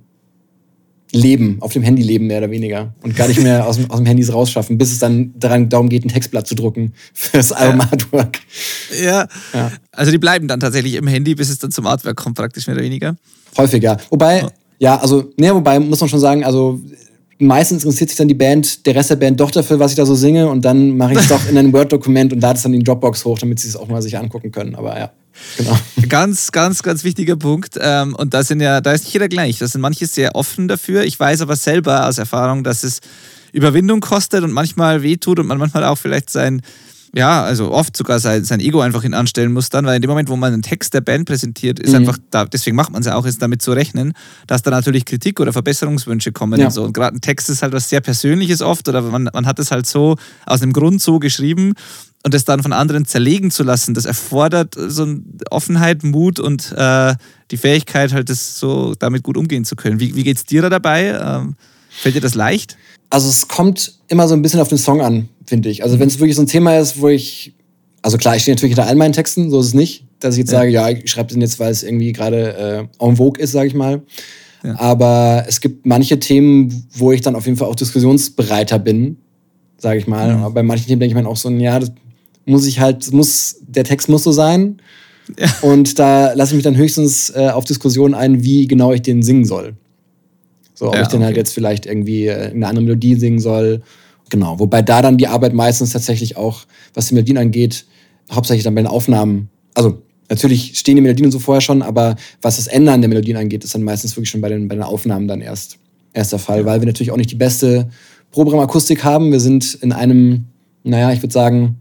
S3: leben, auf dem Handy leben, mehr oder weniger. Und gar nicht mehr aus dem, aus dem Handys rausschaffen, bis es dann daran, darum geht, ein Textblatt zu drucken fürs Album-Artwork.
S1: Ja. ja, also die bleiben dann tatsächlich im Handy, bis es dann zum Artwork kommt, praktisch mehr oder weniger.
S3: Häufig, ja. Wobei, oh. ja, also, ne, wobei muss man schon sagen, also meistens interessiert sich dann die Band, der Rest der Band doch dafür, was ich da so singe, und dann mache ich es doch in ein Word-Dokument und lade es dann in die Dropbox hoch, damit sie es auch mal sich angucken können. Aber ja. Genau.
S1: Ganz, ganz, ganz wichtiger Punkt. Und da sind ja, da ist nicht jeder gleich. Da sind manche sehr offen dafür. Ich weiß aber selber aus Erfahrung, dass es Überwindung kostet und manchmal wehtut und man manchmal auch vielleicht sein, ja, also oft sogar sein, sein Ego einfach hin anstellen muss dann, weil in dem Moment, wo man einen Text der Band präsentiert, ist mhm. einfach, da, deswegen macht man es ja auch, ist damit zu rechnen, dass da natürlich Kritik oder Verbesserungswünsche kommen, ja. und so. Und gerade ein Text ist halt was sehr Persönliches oft, oder man, man hat es halt so aus einem Grund so geschrieben, und das dann von anderen zerlegen zu lassen, das erfordert so eine Offenheit, Mut und äh, die Fähigkeit, halt das so damit gut umgehen zu können. Wie, wie geht's dir da dabei? Ähm, fällt dir das leicht?
S3: Also es kommt immer so ein bisschen auf den Song an, finde ich. Also wenn es wirklich so ein Thema ist, wo ich, also klar, ich stehe natürlich hinter all meinen Texten, so ist es nicht, dass ich jetzt ja. sage, ja, ich schreibe den jetzt, weil es irgendwie gerade äh, en vogue ist, sage ich mal. Ja. Aber es gibt manche Themen, wo ich dann auf jeden Fall auch diskussionsbereiter bin, sage ich mal. Mhm. Aber bei manchen Themen denke ich mir auch so, ja, das muss ich halt, muss, der Text muss so sein. Ja. Und da lasse ich mich dann höchstens äh, auf Diskussionen ein, wie genau ich den singen soll. So, ob ja, ich den okay. halt jetzt vielleicht irgendwie äh, eine andere Melodie singen soll. Genau, wobei da dann die Arbeit meistens tatsächlich auch, was die Melodien angeht, hauptsächlich dann bei den Aufnahmen, also natürlich stehen die Melodien und so vorher schon, aber was das Ändern der Melodien angeht, ist dann meistens wirklich schon bei den, bei den Aufnahmen dann erst, erst der Fall, ja. weil wir natürlich auch nicht die beste Probegraumakustik haben. Wir sind in einem, naja, ich würde sagen,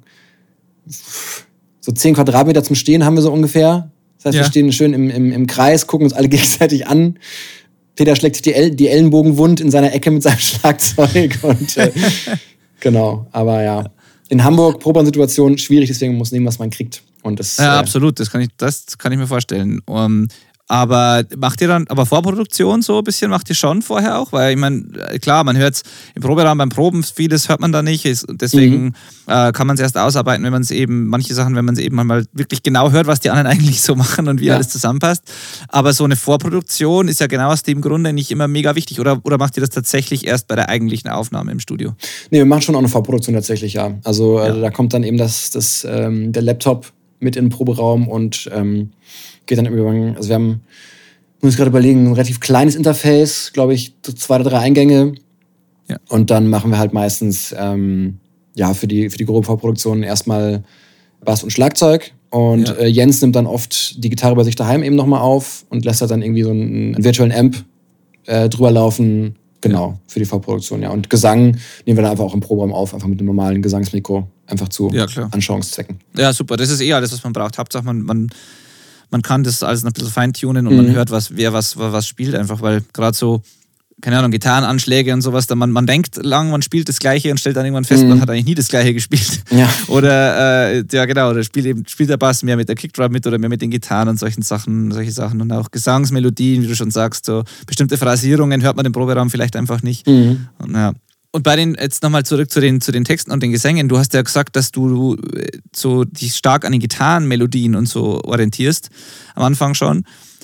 S3: so zehn Quadratmeter zum Stehen haben wir so ungefähr. Das heißt, ja. wir stehen schön im, im, im Kreis, gucken uns alle gegenseitig an. Peter schlägt sich die, El- die Ellenbogen wund in seiner Ecke mit seinem Schlagzeug. Und äh, genau, aber ja. In Hamburg, Proberaumsituation, schwierig, deswegen muss man nehmen, was man kriegt. Und das,
S1: ja,
S3: äh,
S1: absolut, das kann ich, das kann ich mir vorstellen. Um, aber macht ihr dann, aber Vorproduktion so ein bisschen, macht ihr schon vorher auch? Weil ich meine, klar, man hört es im Proberaum beim Proben, vieles hört man da nicht. Deswegen mhm. äh, kann man es erst ausarbeiten, wenn man es eben, manche Sachen, wenn man es eben mal wirklich genau hört, was die anderen eigentlich so machen und wie ja. alles zusammenpasst. Aber so eine Vorproduktion ist ja genau aus dem Grunde nicht immer mega wichtig. Oder, oder macht ihr das tatsächlich erst bei der eigentlichen Aufnahme im Studio?
S3: Nee, wir machen schon auch eine Vorproduktion tatsächlich, ja. Also ja. Äh, da kommt dann eben das, das, ähm, der Laptop mit in den Proberaum und ähm, geht dann über, also wir haben, muss ich gerade überlegen, ein relativ kleines Interface, glaube ich, zwei oder drei Eingänge. Ja. Und dann machen wir halt meistens, ähm, ja, für die, für die grobe Vorproduktion erstmal Bass und Schlagzeug. Und ja. äh, Jens nimmt dann oft die Gitarre bei sich daheim eben nochmal auf und lässt halt dann irgendwie so einen, einen virtuellen Amp äh, drüber laufen. Genau, ja. für die Vorproduktion, ja. Und Gesang nehmen wir dann einfach auch im Proberaum auf, einfach mit einem normalen Gesangsmikro, einfach zu ja, Anschauungszwecken.
S1: Ja, super, das ist eh alles, was man braucht. Hauptsache, man, man Man kann das alles ein bisschen feintunen und mhm. man hört, was, wer was, was spielt einfach, weil gerade so, keine Ahnung, Gitarrenanschläge und sowas, da man, man denkt lang, man spielt das Gleiche und stellt dann irgendwann fest, mhm. man hat eigentlich nie das Gleiche gespielt. Ja. Oder, äh, ja genau, oder spielt eben, spielt der Bass mehr mit der Kickdrum mit oder mehr mit den Gitarren und solchen Sachen, solche Sachen und auch Gesangsmelodien, wie du schon sagst, so bestimmte Phrasierungen hört man im Proberaum vielleicht einfach nicht. Mhm. Und, ja. Und bei den, jetzt nochmal zurück zu den, zu den Texten und den Gesängen. Du hast ja gesagt, dass du so dich stark an den Gitarrenmelodien und so orientierst, am Anfang schon.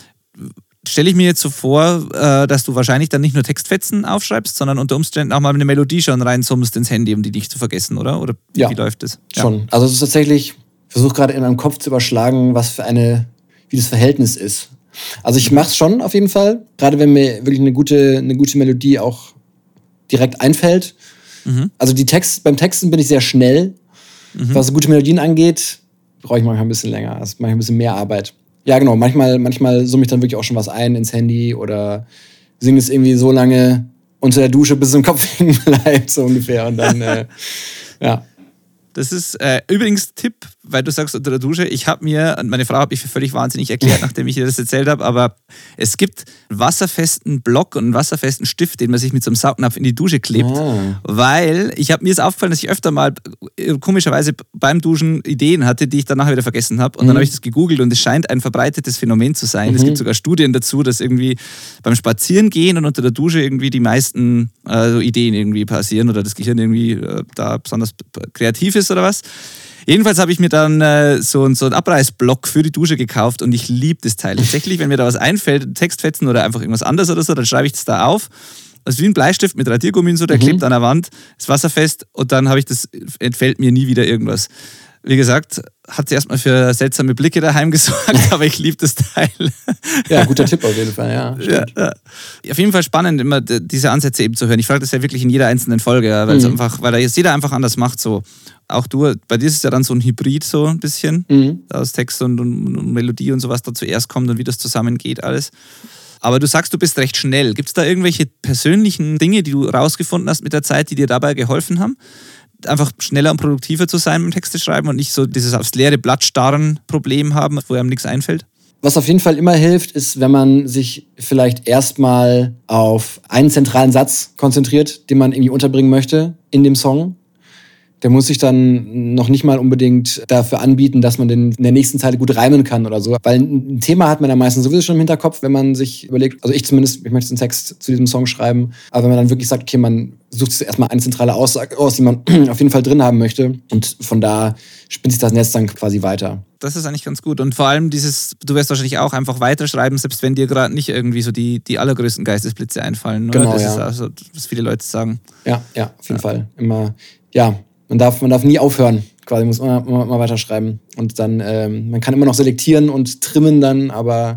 S1: Stelle ich mir jetzt so vor, dass du wahrscheinlich dann nicht nur Textfetzen aufschreibst, sondern unter Umständen auch mal eine Melodie schon reinsummst ins Handy, um die nicht zu vergessen, oder? Oder wie,
S3: ja,
S1: wie läuft das?
S3: Ja, schon. Also es ist tatsächlich, ich versuche gerade in meinem Kopf zu überschlagen, was für eine, wie das Verhältnis ist. Also ich mache es schon auf jeden Fall, gerade wenn mir wirklich eine gute, eine gute Melodie auch direkt einfällt. Mhm. Also die Text, beim Texten bin ich sehr schnell. Mhm. Was gute Melodien angeht, brauche ich manchmal ein bisschen länger. Das mache ich ein bisschen mehr Arbeit. Ja, genau. Manchmal, manchmal summe ich dann wirklich auch schon was ein ins Handy oder singe es irgendwie so lange unter der Dusche, bis es im Kopf hängen bleibt, so ungefähr. Und dann, äh, ja.
S1: Das ist äh, übrigens Tipp, weil du sagst unter der Dusche. Ich habe mir, und meine Frau habe ich für völlig wahnsinnig erklärt, nachdem ich ihr das erzählt habe, aber es gibt einen wasserfesten Block und einen wasserfesten Stift, den man sich mit so einem Saugnapf in die Dusche klebt, oh. weil ich habe mir ist aufgefallen, dass ich öfter mal äh, komischerweise beim Duschen Ideen hatte, die ich dann nachher wieder vergessen habe. Und mhm. dann habe ich das gegoogelt und es scheint ein verbreitetes Phänomen zu sein. Mhm. Es gibt sogar Studien dazu, dass irgendwie beim Spazierengehen und unter der Dusche irgendwie die meisten äh, so Ideen irgendwie passieren oder das Gehirn irgendwie äh, da besonders kreativ ist oder was. Jedenfalls habe ich mir dann äh, so, so einen Abreißblock für die Dusche gekauft und ich liebe das Teil. Tatsächlich, wenn mir da was einfällt, Textfetzen oder einfach irgendwas anderes oder so, dann schreibe ich das da auf. Das ist wie ein Bleistift mit Radiergummi und so, der mhm. klebt an der Wand, ist wasserfest und dann habe ich das, entfällt mir nie wieder irgendwas. Wie gesagt, hat sie erstmal für seltsame Blicke daheim gesorgt, aber ich liebe das Teil.
S3: Ja, guter Tipp auf jeden Fall, ja.
S1: ja, ja. Auf jeden Fall spannend, immer diese Ansätze eben zu hören. Ich frage das ja wirklich in jeder einzelnen Folge, weil es mhm. einfach, weil da jetzt jeder einfach anders macht. So. Auch du, bei dir ist es ja dann so ein Hybrid so ein bisschen, mhm. aus Text und, und, und Melodie und sowas da zuerst kommt und wie das zusammengeht alles. Aber du sagst, du bist recht schnell. Gibt es da irgendwelche persönlichen Dinge, die du rausgefunden hast mit der Zeit, die dir dabei geholfen haben? Einfach schneller und produktiver zu sein beim Texte schreiben und nicht so dieses aufs leere Blatt starren Problem haben, wo einem nichts einfällt?
S3: Was auf jeden Fall immer hilft, ist, wenn man sich vielleicht erstmal auf einen zentralen Satz konzentriert, den man irgendwie unterbringen möchte in dem Song. Der muss sich dann noch nicht mal unbedingt dafür anbieten, dass man den in der nächsten Zeile gut reimen kann oder so. Weil ein Thema hat man ja meistens sowieso schon im Hinterkopf, wenn man sich überlegt, also ich zumindest, ich möchte einen Text zu diesem Song schreiben, aber wenn man dann wirklich sagt, okay, man sucht sich erstmal eine zentrale Aussage aus, die man auf jeden Fall drin haben möchte und von da spinnt sich das Netz dann quasi weiter.
S1: Das ist eigentlich ganz gut und vor allem dieses, du wirst wahrscheinlich auch einfach weiterschreiben, selbst wenn dir gerade nicht irgendwie so die, die allergrößten Geistesblitze einfallen. Oder?
S3: Genau,
S1: das
S3: ja.
S1: ist auch so, was viele Leute sagen.
S3: Ja, ja, auf jeden ja. Fall. Immer, ja, Man darf, man darf nie aufhören, quasi muss man immer, immer weiter schreiben. Und dann, ähm, man kann immer noch selektieren und trimmen dann, aber...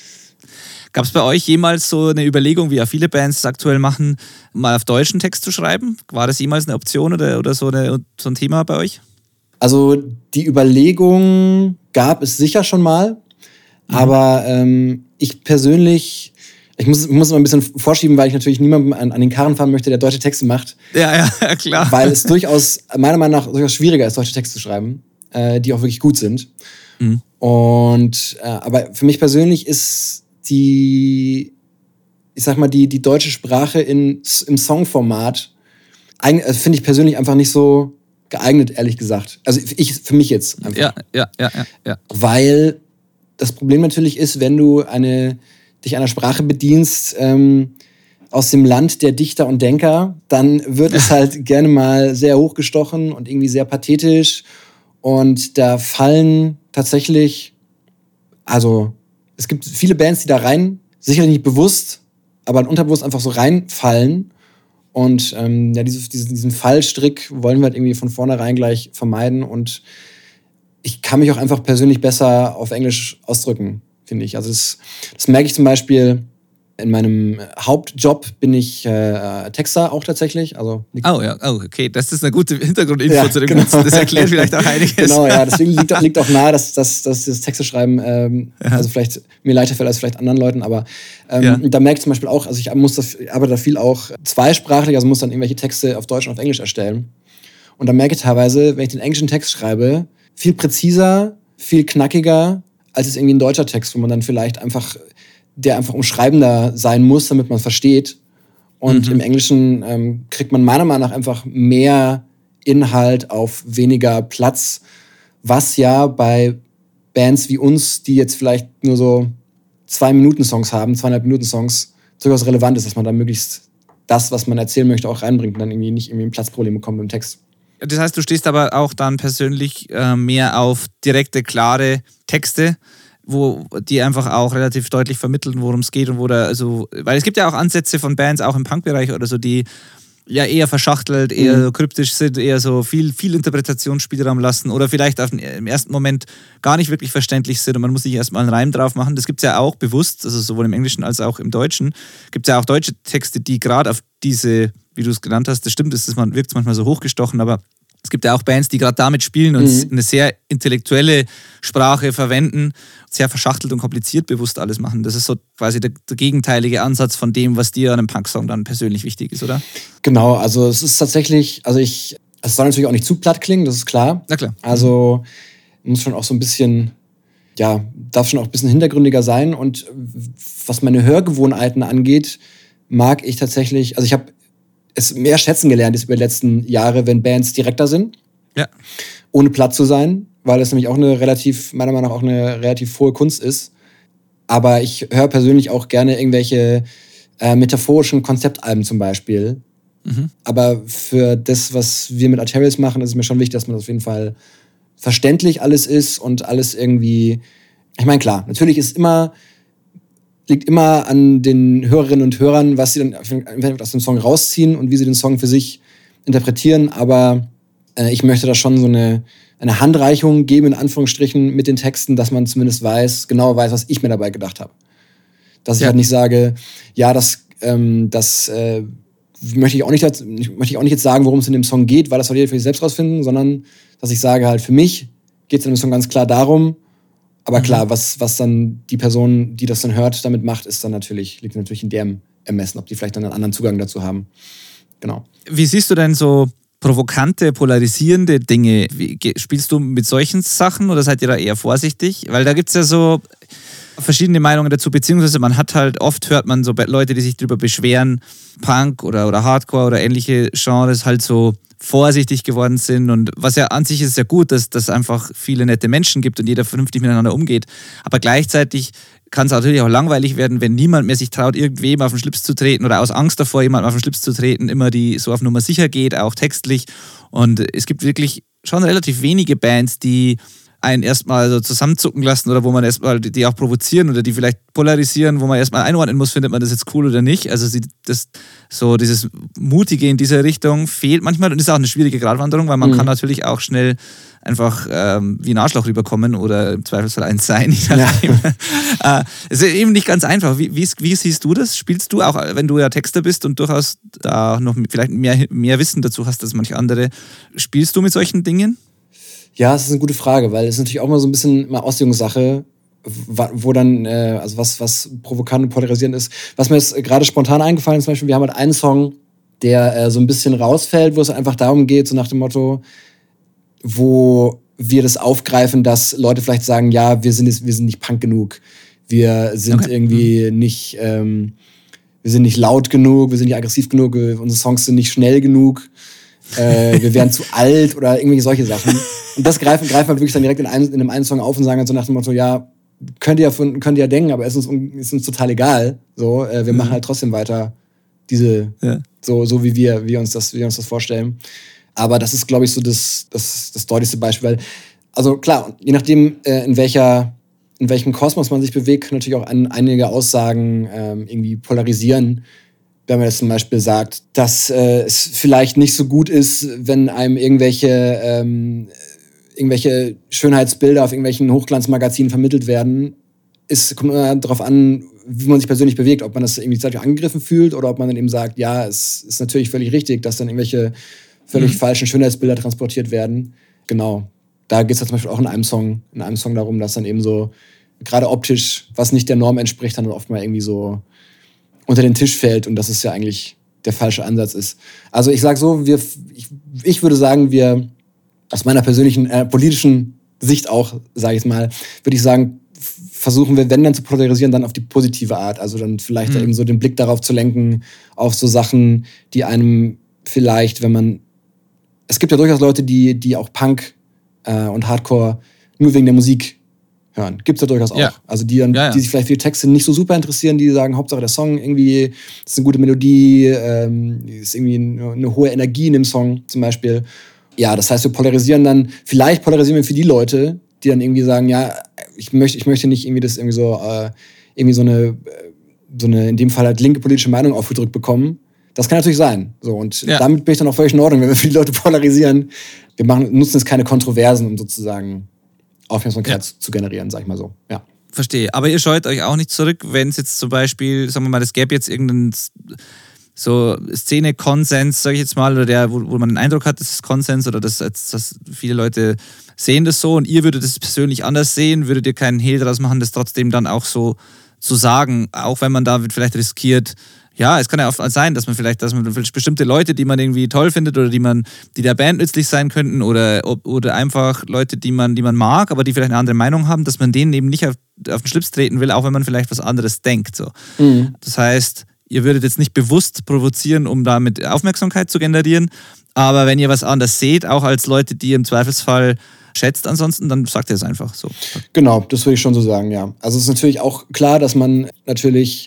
S1: Gab es bei euch jemals so eine Überlegung, wie ja viele Bands es aktuell machen, mal auf deutschen Text zu schreiben? War das jemals eine Option oder, oder so, eine, so ein Thema bei euch?
S3: Also die Überlegung gab es sicher schon mal, mhm. aber ähm, ich persönlich... Ich muss, ich muss mal ein bisschen vorschieben, weil ich natürlich niemandem an, an den Karren fahren möchte, der deutsche Texte macht.
S1: Ja, ja, klar.
S3: Weil es durchaus, meiner Meinung nach, durchaus schwieriger ist, deutsche Texte zu schreiben, äh, die auch wirklich gut sind. Mhm. Und, äh, aber für mich persönlich ist die, ich sag mal, die, die deutsche Sprache in, im Songformat, äh, finde ich persönlich einfach nicht so geeignet, ehrlich gesagt. Also ich, für mich jetzt einfach.
S1: Ja, ja, ja, ja, ja.
S3: Weil das Problem natürlich ist, wenn du eine... dich einer Sprache bedienst ähm, aus dem Land der Dichter und Denker, dann wird es halt gerne mal sehr hochgestochen und irgendwie sehr pathetisch. Und da fallen tatsächlich, also es gibt viele Bands, die da rein, sicherlich nicht bewusst, aber unterbewusst einfach so reinfallen. Und ähm, ja, diese, diesen, diesen Fallstrick wollen wir halt irgendwie von vornherein gleich vermeiden. Und ich kann mich auch einfach persönlich besser auf Englisch ausdrücken, finde ich. Also das, das merke ich zum Beispiel in meinem Hauptjob bin ich äh, Texter auch tatsächlich. Also
S1: oh ja, oh, okay. Das ist eine gute Hintergrundinfo ja, zu dem
S3: genau.
S1: Ganzen. Das erklärt vielleicht auch einiges.
S3: Genau, ja. Deswegen liegt auch, liegt auch nahe, dass, dass, dass das Texteschreiben ähm, ja. also vielleicht mir leichter fällt als vielleicht anderen Leuten. Aber ähm, ja. da merke ich zum Beispiel auch, also ich muss das, ich arbeite da viel auch zweisprachig, also muss dann irgendwelche Texte auf Deutsch und auf Englisch erstellen. Und da merke ich teilweise, wenn ich den englischen Text schreibe, viel präziser, viel knackiger, als es irgendwie ein deutscher Text, wo man dann vielleicht einfach, der einfach umschreibender sein muss, damit man es versteht. Und mhm. im Englischen ähm, kriegt man meiner Meinung nach einfach mehr Inhalt auf weniger Platz, was ja bei Bands wie uns, die jetzt vielleicht nur so Zwei-Minuten-Songs haben, zweieinhalb Minuten Songs, durchaus relevant ist, dass man da möglichst das, was man erzählen möchte, auch reinbringt und dann irgendwie nicht irgendwie ein Platzproblem bekommt im Text.
S1: Das heißt, du stehst aber auch dann persönlich äh, mehr auf direkte, klare Texte, wo die einfach auch relativ deutlich vermitteln, worum es geht und wo da, also, weil es gibt ja auch Ansätze von Bands, auch im Punkbereich oder so, die ja eher verschachtelt, eher mhm. kryptisch sind, eher so viel, viel Interpretationsspielraum lassen oder vielleicht auf den, im ersten Moment gar nicht wirklich verständlich sind und man muss sich erstmal einen Reim drauf machen. Das gibt es ja auch bewusst, also sowohl im Englischen als auch im Deutschen. Gibt es ja auch deutsche Texte, die gerade auf diese, wie du es genannt hast, das stimmt, das ist, man wirkt manchmal so hochgestochen, aber es gibt ja auch Bands, die gerade damit spielen und mhm. eine sehr intellektuelle Sprache verwenden, sehr verschachtelt und kompliziert bewusst alles machen. Das ist so quasi der, der gegenteilige Ansatz von dem, was dir an einem Punksong dann persönlich wichtig ist, oder?
S3: Genau, also es ist tatsächlich, also ich, es soll natürlich auch nicht zu platt klingen, das ist klar.
S1: Na klar.
S3: Also muss schon auch so ein bisschen, ja, darf schon auch ein bisschen hintergründiger sein. Und was meine Hörgewohnheiten angeht, mag ich tatsächlich, also ich habe es mehr schätzen gelernt ist über die letzten Jahre, wenn Bands direkter sind.
S1: Ja.
S3: Ohne platt zu sein, weil das nämlich auch eine relativ, meiner Meinung nach auch eine relativ hohe Kunst ist. Aber ich höre persönlich auch gerne irgendwelche äh, metaphorischen Konzeptalben zum Beispiel. Mhm. Aber für das, was wir mit Arterials machen, ist es mir schon wichtig, dass man auf jeden Fall verständlich alles ist und alles irgendwie, ich meine, klar, natürlich ist immer liegt immer an den Hörerinnen und Hörern, was sie dann aus dem Song rausziehen und wie sie den Song für sich interpretieren. Aber äh, ich möchte da schon so eine, eine Handreichung geben, in Anführungsstrichen, mit den Texten, dass man zumindest weiß, genau weiß, was ich mir dabei gedacht habe. Dass ich ja. halt nicht sage, ja, das, ähm, das äh, möchte ich auch nicht, möchte ich auch nicht jetzt sagen, worum es in dem Song geht, weil das soll jeder für sich selbst rausfinden, sondern dass ich sage halt, für mich geht es in dem Song ganz klar darum. Aber klar, was, was dann die Person, die das dann hört, damit macht, ist dann natürlich, liegt natürlich in deren Ermessen, ob die vielleicht dann einen anderen Zugang dazu haben. Genau.
S1: Wie siehst du denn so provokante, polarisierende Dinge? Wie, spielst du mit solchen Sachen oder seid ihr da eher vorsichtig? Weil da gibt es ja so verschiedene Meinungen dazu, beziehungsweise man hat halt, oft hört man so Leute, die sich darüber beschweren, Punk oder, oder Hardcore oder ähnliche Genres halt so vorsichtig geworden sind und was ja an sich ist ja gut, dass es einfach viele nette Menschen gibt und jeder vernünftig miteinander umgeht, aber gleichzeitig kann es natürlich auch langweilig werden, wenn niemand mehr sich traut, irgendwem auf den Schlips zu treten oder aus Angst davor, jemandem auf den Schlips zu treten, immer die so auf Nummer sicher geht, auch textlich, und es gibt wirklich schon relativ wenige Bands, die einen erstmal so zusammenzucken lassen oder wo man erstmal die auch provozieren oder die vielleicht polarisieren, wo man erstmal einordnen muss, findet man das jetzt cool oder nicht. Also das, so dieses Mutige in dieser Richtung fehlt manchmal und ist auch eine schwierige Gratwanderung, weil man mhm. kann natürlich auch schnell einfach ähm, wie ein Arschloch rüberkommen oder im Zweifelsfall eins sein. Ja. äh, es ist eben nicht ganz einfach. Wie, wie, wie siehst du das? Spielst du auch, wenn du ja Texter bist und durchaus da noch vielleicht mehr, mehr Wissen dazu hast als manche andere, spielst du mit solchen Dingen?
S3: Ja, das ist eine gute Frage, weil es ist natürlich auch mal so ein bisschen mal Auslegungssache, wo dann, äh, also was, was provokant und polarisierend ist. Was mir jetzt gerade spontan eingefallen ist, zum Beispiel, wir haben halt einen Song, der äh, so ein bisschen rausfällt, wo es einfach darum geht, so nach dem Motto, wo wir das aufgreifen, dass Leute vielleicht sagen, ja, wir sind, jetzt, wir sind nicht Punk genug, wir sind okay. irgendwie mhm. nicht, ähm, wir sind nicht laut genug, wir sind nicht aggressiv genug, unsere Songs sind nicht schnell genug. äh, wir wären zu alt oder irgendwelche solche Sachen. Und das greifen, greifen wir wirklich dann direkt in einem, in einem einen Song auf und sagen halt so nach dem Motto, ja, könnt ihr ja, könnt ihr ja denken, aber es ist uns, ist uns total egal. So, äh, wir mhm. machen halt trotzdem weiter diese, ja. so, so wie wir, wir uns das, wie wir uns das vorstellen. Aber das ist, glaube ich, so das, das, das deutlichste Beispiel. Weil, also klar, je nachdem, äh, in welcher, in welchem Kosmos man sich bewegt, kann natürlich auch an, einige Aussagen ähm, irgendwie polarisieren. Wenn man jetzt zum Beispiel sagt, dass äh, es vielleicht nicht so gut ist, wenn einem irgendwelche, ähm, irgendwelche Schönheitsbilder auf irgendwelchen Hochglanzmagazinen vermittelt werden, es kommt immer darauf an, wie man sich persönlich bewegt, ob man das irgendwie zeitlich angegriffen fühlt oder ob man dann eben sagt, ja, es ist natürlich völlig richtig, dass dann irgendwelche völlig mhm. falschen Schönheitsbilder transportiert werden. Genau. Da geht es ja zum Beispiel auch in einem Song, in einem Song darum, dass dann eben so, gerade optisch, was nicht der Norm entspricht, dann oft mal irgendwie so unter den Tisch fällt und dass es ja eigentlich der falsche Ansatz ist. Also ich sage so, wir, ich, ich würde sagen, wir aus meiner persönlichen äh, politischen Sicht auch, sage ich mal, würde ich sagen, versuchen wir, wenn dann zu polarisieren, dann auf die positive Art. Also dann vielleicht mhm. eben so den Blick darauf zu lenken, auf so Sachen, die einem vielleicht, wenn man, es gibt ja durchaus Leute, die, die auch Punk äh, und Hardcore nur wegen der Musik hören. Gibt's ja durchaus auch.
S1: Ja.
S3: Also die, dann,
S1: ja, ja.
S3: die sich vielleicht für die Texte nicht so super interessieren, die sagen, Hauptsache der Song irgendwie, das ist eine gute Melodie, ähm, ist irgendwie eine, eine hohe Energie in dem Song zum Beispiel. Ja, das heißt, wir polarisieren dann, vielleicht polarisieren wir für die Leute, die dann irgendwie sagen, ja, ich möchte, ich möchte nicht irgendwie das irgendwie so, äh, irgendwie so eine, so eine, in dem Fall halt linke politische Meinung aufgedrückt bekommen. Das kann natürlich sein. So, und ja. damit bin ich dann auch völlig in Ordnung, wenn wir für die Leute polarisieren. Wir machen, nutzen jetzt keine Kontroversen, um sozusagen Aufmerksamkeit ja. zu generieren, sag ich mal so. Ja.
S1: Verstehe. Aber ihr scheut euch auch nicht zurück, wenn es jetzt zum Beispiel, sagen wir mal, es gäbe jetzt irgendeinen so Szene-Konsens, sage ich jetzt mal, oder der, wo, wo man den Eindruck hat, das ist Konsens oder dass, dass viele Leute sehen das so und ihr würdet es persönlich anders sehen, würdet ihr keinen Hehl daraus machen, das trotzdem dann auch so zu sagen, auch wenn man da vielleicht riskiert, ja, es kann ja auch sein, dass man vielleicht, dass man bestimmte Leute, die man irgendwie toll findet oder die man, die der Band nützlich sein könnten oder, oder einfach Leute, die man, die man mag, aber die vielleicht eine andere Meinung haben, dass man denen eben nicht auf, auf den Schlips treten will, auch wenn man vielleicht was anderes denkt. So. Mhm. Das heißt, ihr würdet jetzt nicht bewusst provozieren, um damit Aufmerksamkeit zu generieren, aber wenn ihr was anderes seht, auch als Leute, die im Zweifelsfall schätzt ansonsten, dann sagt ihr es einfach so.
S3: Genau, das würde ich schon so sagen, ja. Also es ist natürlich auch klar, dass man natürlich,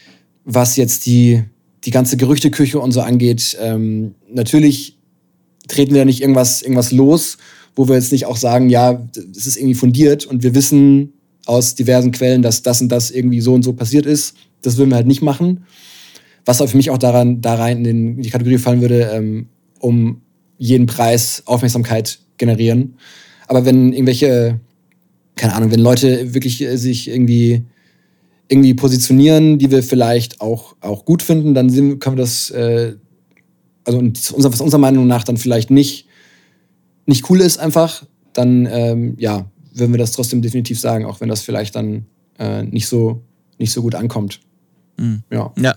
S3: was jetzt die, die ganze Gerüchteküche und so angeht, ähm, natürlich treten wir da nicht irgendwas, irgendwas los, wo wir jetzt nicht auch sagen, ja, es ist irgendwie fundiert und wir wissen aus diversen Quellen, dass das und das irgendwie so und so passiert ist. Das würden wir halt nicht machen. Was auch für mich auch daran, da rein in, den, in die Kategorie fallen würde, ähm, um jeden Preis Aufmerksamkeit generieren. Aber wenn irgendwelche, keine Ahnung, wenn Leute wirklich äh, sich irgendwie irgendwie positionieren, die wir vielleicht auch, auch gut finden, dann sind, können wir das, äh, also unser, was unserer Meinung nach dann vielleicht nicht, nicht cool ist einfach, dann ähm, ja, würden wir das trotzdem definitiv sagen, auch wenn das vielleicht dann äh, nicht so, nicht so gut ankommt.
S1: Mhm. Ja. ja.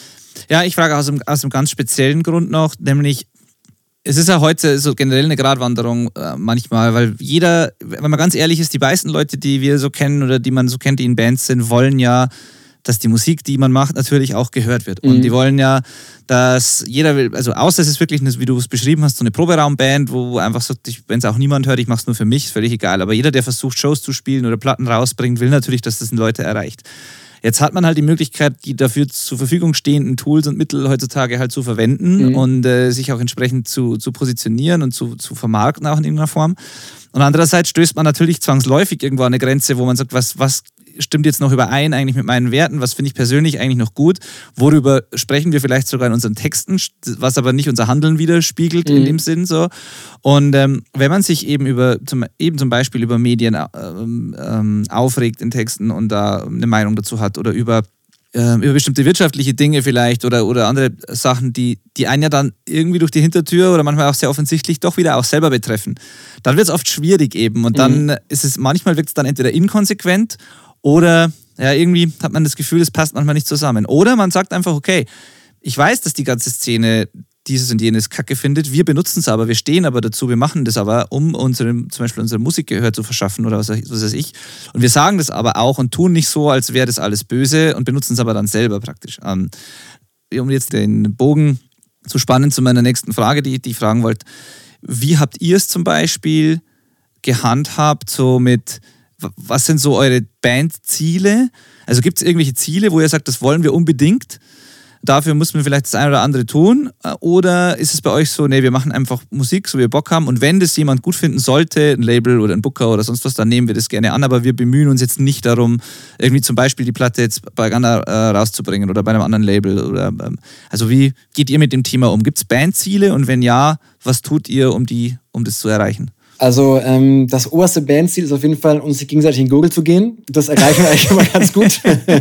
S1: Ja, ich frage aus einem, aus einem ganz speziellen Grund noch, nämlich es ist ja heute so generell eine Gratwanderung äh, manchmal, weil jeder, wenn man ganz ehrlich ist, die meisten Leute, die wir so kennen oder die man so kennt, die in Bands sind, wollen ja, dass die Musik, die man macht, natürlich auch gehört wird. Mhm. Und die wollen ja, dass jeder will, also außer es ist wirklich, eine, wie du es beschrieben hast, so eine Proberaumband, wo einfach so, wenn es auch niemand hört, ich mache es nur für mich, ist völlig egal. Aber jeder, der versucht, Shows zu spielen oder Platten rausbringt, will natürlich, dass das Leute erreicht. Jetzt hat man halt die Möglichkeit, die dafür zur Verfügung stehenden Tools und Mittel heutzutage halt zu verwenden mhm. und äh, sich auch entsprechend zu, zu positionieren und zu, zu vermarkten auch in irgendeiner Form. Und andererseits stößt man natürlich zwangsläufig irgendwo an eine Grenze, wo man sagt, was, was stimmt jetzt noch überein eigentlich mit meinen Werten, was finde ich persönlich eigentlich noch gut, worüber sprechen wir vielleicht sogar in unseren Texten, was aber nicht unser Handeln widerspiegelt mhm. in dem Sinn. So. Und ähm, wenn man sich eben über zum, eben zum Beispiel über Medien ähm, ähm, aufregt in Texten und da eine Meinung dazu hat oder über über bestimmte wirtschaftliche Dinge vielleicht oder, oder andere Sachen, die, die einen ja dann irgendwie durch die Hintertür oder manchmal auch sehr offensichtlich doch wieder auch selber betreffen, dann wird es oft schwierig eben und dann mhm. ist es, manchmal wirkt es dann entweder inkonsequent oder ja, irgendwie hat man das Gefühl, es passt manchmal nicht zusammen. Oder man sagt einfach, okay, ich weiß, dass die ganze Szene dieses und jenes Kacke findet, wir benutzen es aber, wir stehen aber dazu, wir machen das aber, um unserem, zum Beispiel unsere Musik Gehör zu verschaffen oder was, was weiß ich. Und wir sagen das aber auch und tun nicht so, als wäre das alles böse und benutzen es aber dann selber praktisch. Um jetzt den Bogen zu spannen zu meiner nächsten Frage, die, die ich fragen wollte. Wie habt ihr es zum Beispiel gehandhabt, so mit, was sind so eure Bandziele? Also gibt es irgendwelche Ziele, wo ihr sagt, das wollen wir unbedingt? Dafür muss man vielleicht das eine oder andere tun. Oder ist es bei euch so, nee, wir machen einfach Musik, so wie wir Bock haben. Und wenn das jemand gut finden sollte, ein Label oder ein Booker oder sonst was, dann nehmen wir das gerne an. Aber wir bemühen uns jetzt nicht darum, irgendwie zum Beispiel die Platte jetzt bei Ghana äh, rauszubringen oder bei einem anderen Label. Oder, ähm, also wie geht ihr mit dem Thema um? Gibt es Bandziele? Und wenn ja, was tut ihr, um, die, um das zu erreichen?
S3: Also ähm, das oberste Bandziel ist auf jeden Fall, uns gegenseitig in Google zu gehen. Das erreichen wir eigentlich immer ganz gut.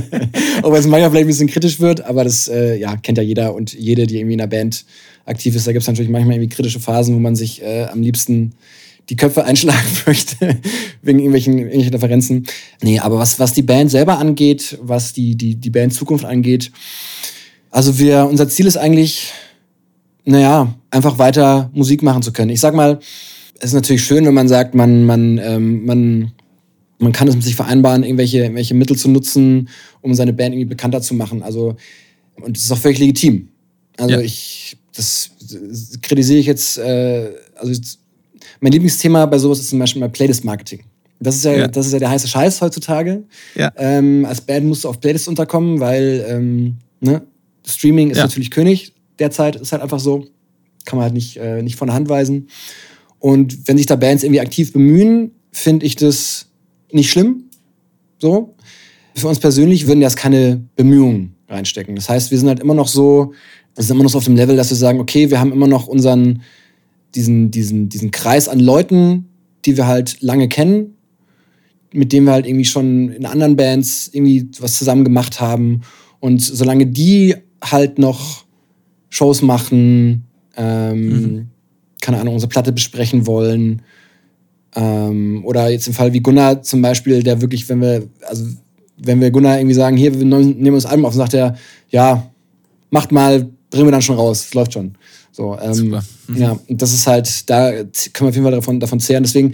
S3: Ob es manchmal vielleicht ein bisschen kritisch wird, aber das äh, ja, kennt ja jeder und jede, die irgendwie in einer Band aktiv ist. Da gibt es natürlich manchmal irgendwie kritische Phasen, wo man sich äh, am liebsten die Köpfe einschlagen möchte, wegen irgendwelchen, irgendwelchen Referenzen. Nee, aber was, was die Band selber angeht, was die, die, die Band-Zukunft angeht, also wir, unser Ziel ist eigentlich, naja, einfach weiter Musik machen zu können. Ich sag mal, es ist natürlich schön, wenn man sagt, man, man, ähm, man, man kann es mit sich vereinbaren, irgendwelche, irgendwelche Mittel zu nutzen, um seine Band irgendwie bekannter zu machen. Also, und das ist auch völlig legitim. Also ja. ich, das, das kritisiere ich jetzt, äh, also jetzt, mein Lieblingsthema bei sowas ist zum Beispiel mal Playlist-Marketing. Das ist ja, ja. das ist ja der heiße Scheiß heutzutage.
S1: Ja.
S3: Ähm, als Band musst du auf Playlists unterkommen, weil ähm, ne? Streaming ist ja. natürlich König derzeit, ist halt einfach so. Kann man halt nicht, äh, nicht von der Hand weisen. Und wenn sich da Bands irgendwie aktiv bemühen, finde ich das nicht schlimm. So. Für uns persönlich würden das keine Bemühungen reinstecken. Das heißt, wir sind halt immer noch so, wir sind immer noch so auf dem Level, dass wir sagen, okay, wir haben immer noch unseren, diesen, diesen, diesen Kreis an Leuten, die wir halt lange kennen, mit denen wir halt irgendwie schon in anderen Bands irgendwie was zusammen gemacht haben. Und solange die halt noch Shows machen, ähm, mhm. keine Ahnung, unsere Platte besprechen wollen, ähm, oder jetzt im Fall wie Gunnar zum Beispiel, der wirklich, wenn wir, also wenn wir Gunnar irgendwie sagen, hier, wir nehmen uns Album auf, dann sagt er, ja, macht mal, bringen wir dann schon raus, es läuft schon. So, ähm, Super. Mhm. Ja, und das ist halt, da können wir auf jeden Fall davon, davon zehren. Deswegen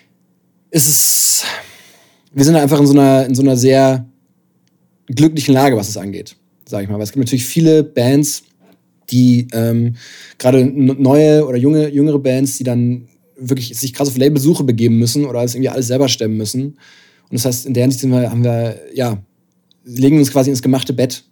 S3: ist es, wir sind einfach in so einer, in so einer sehr glücklichen Lage, was es angeht, sag ich mal. Weil es gibt natürlich viele Bands, die ähm, gerade neue oder junge, jüngere Bands, die dann wirklich sich krass auf Labelsuche begeben müssen oder das irgendwie alles selber stemmen müssen. Und das heißt, in der Hinsicht sind wir, haben wir, ja, legen uns quasi ins gemachte Bett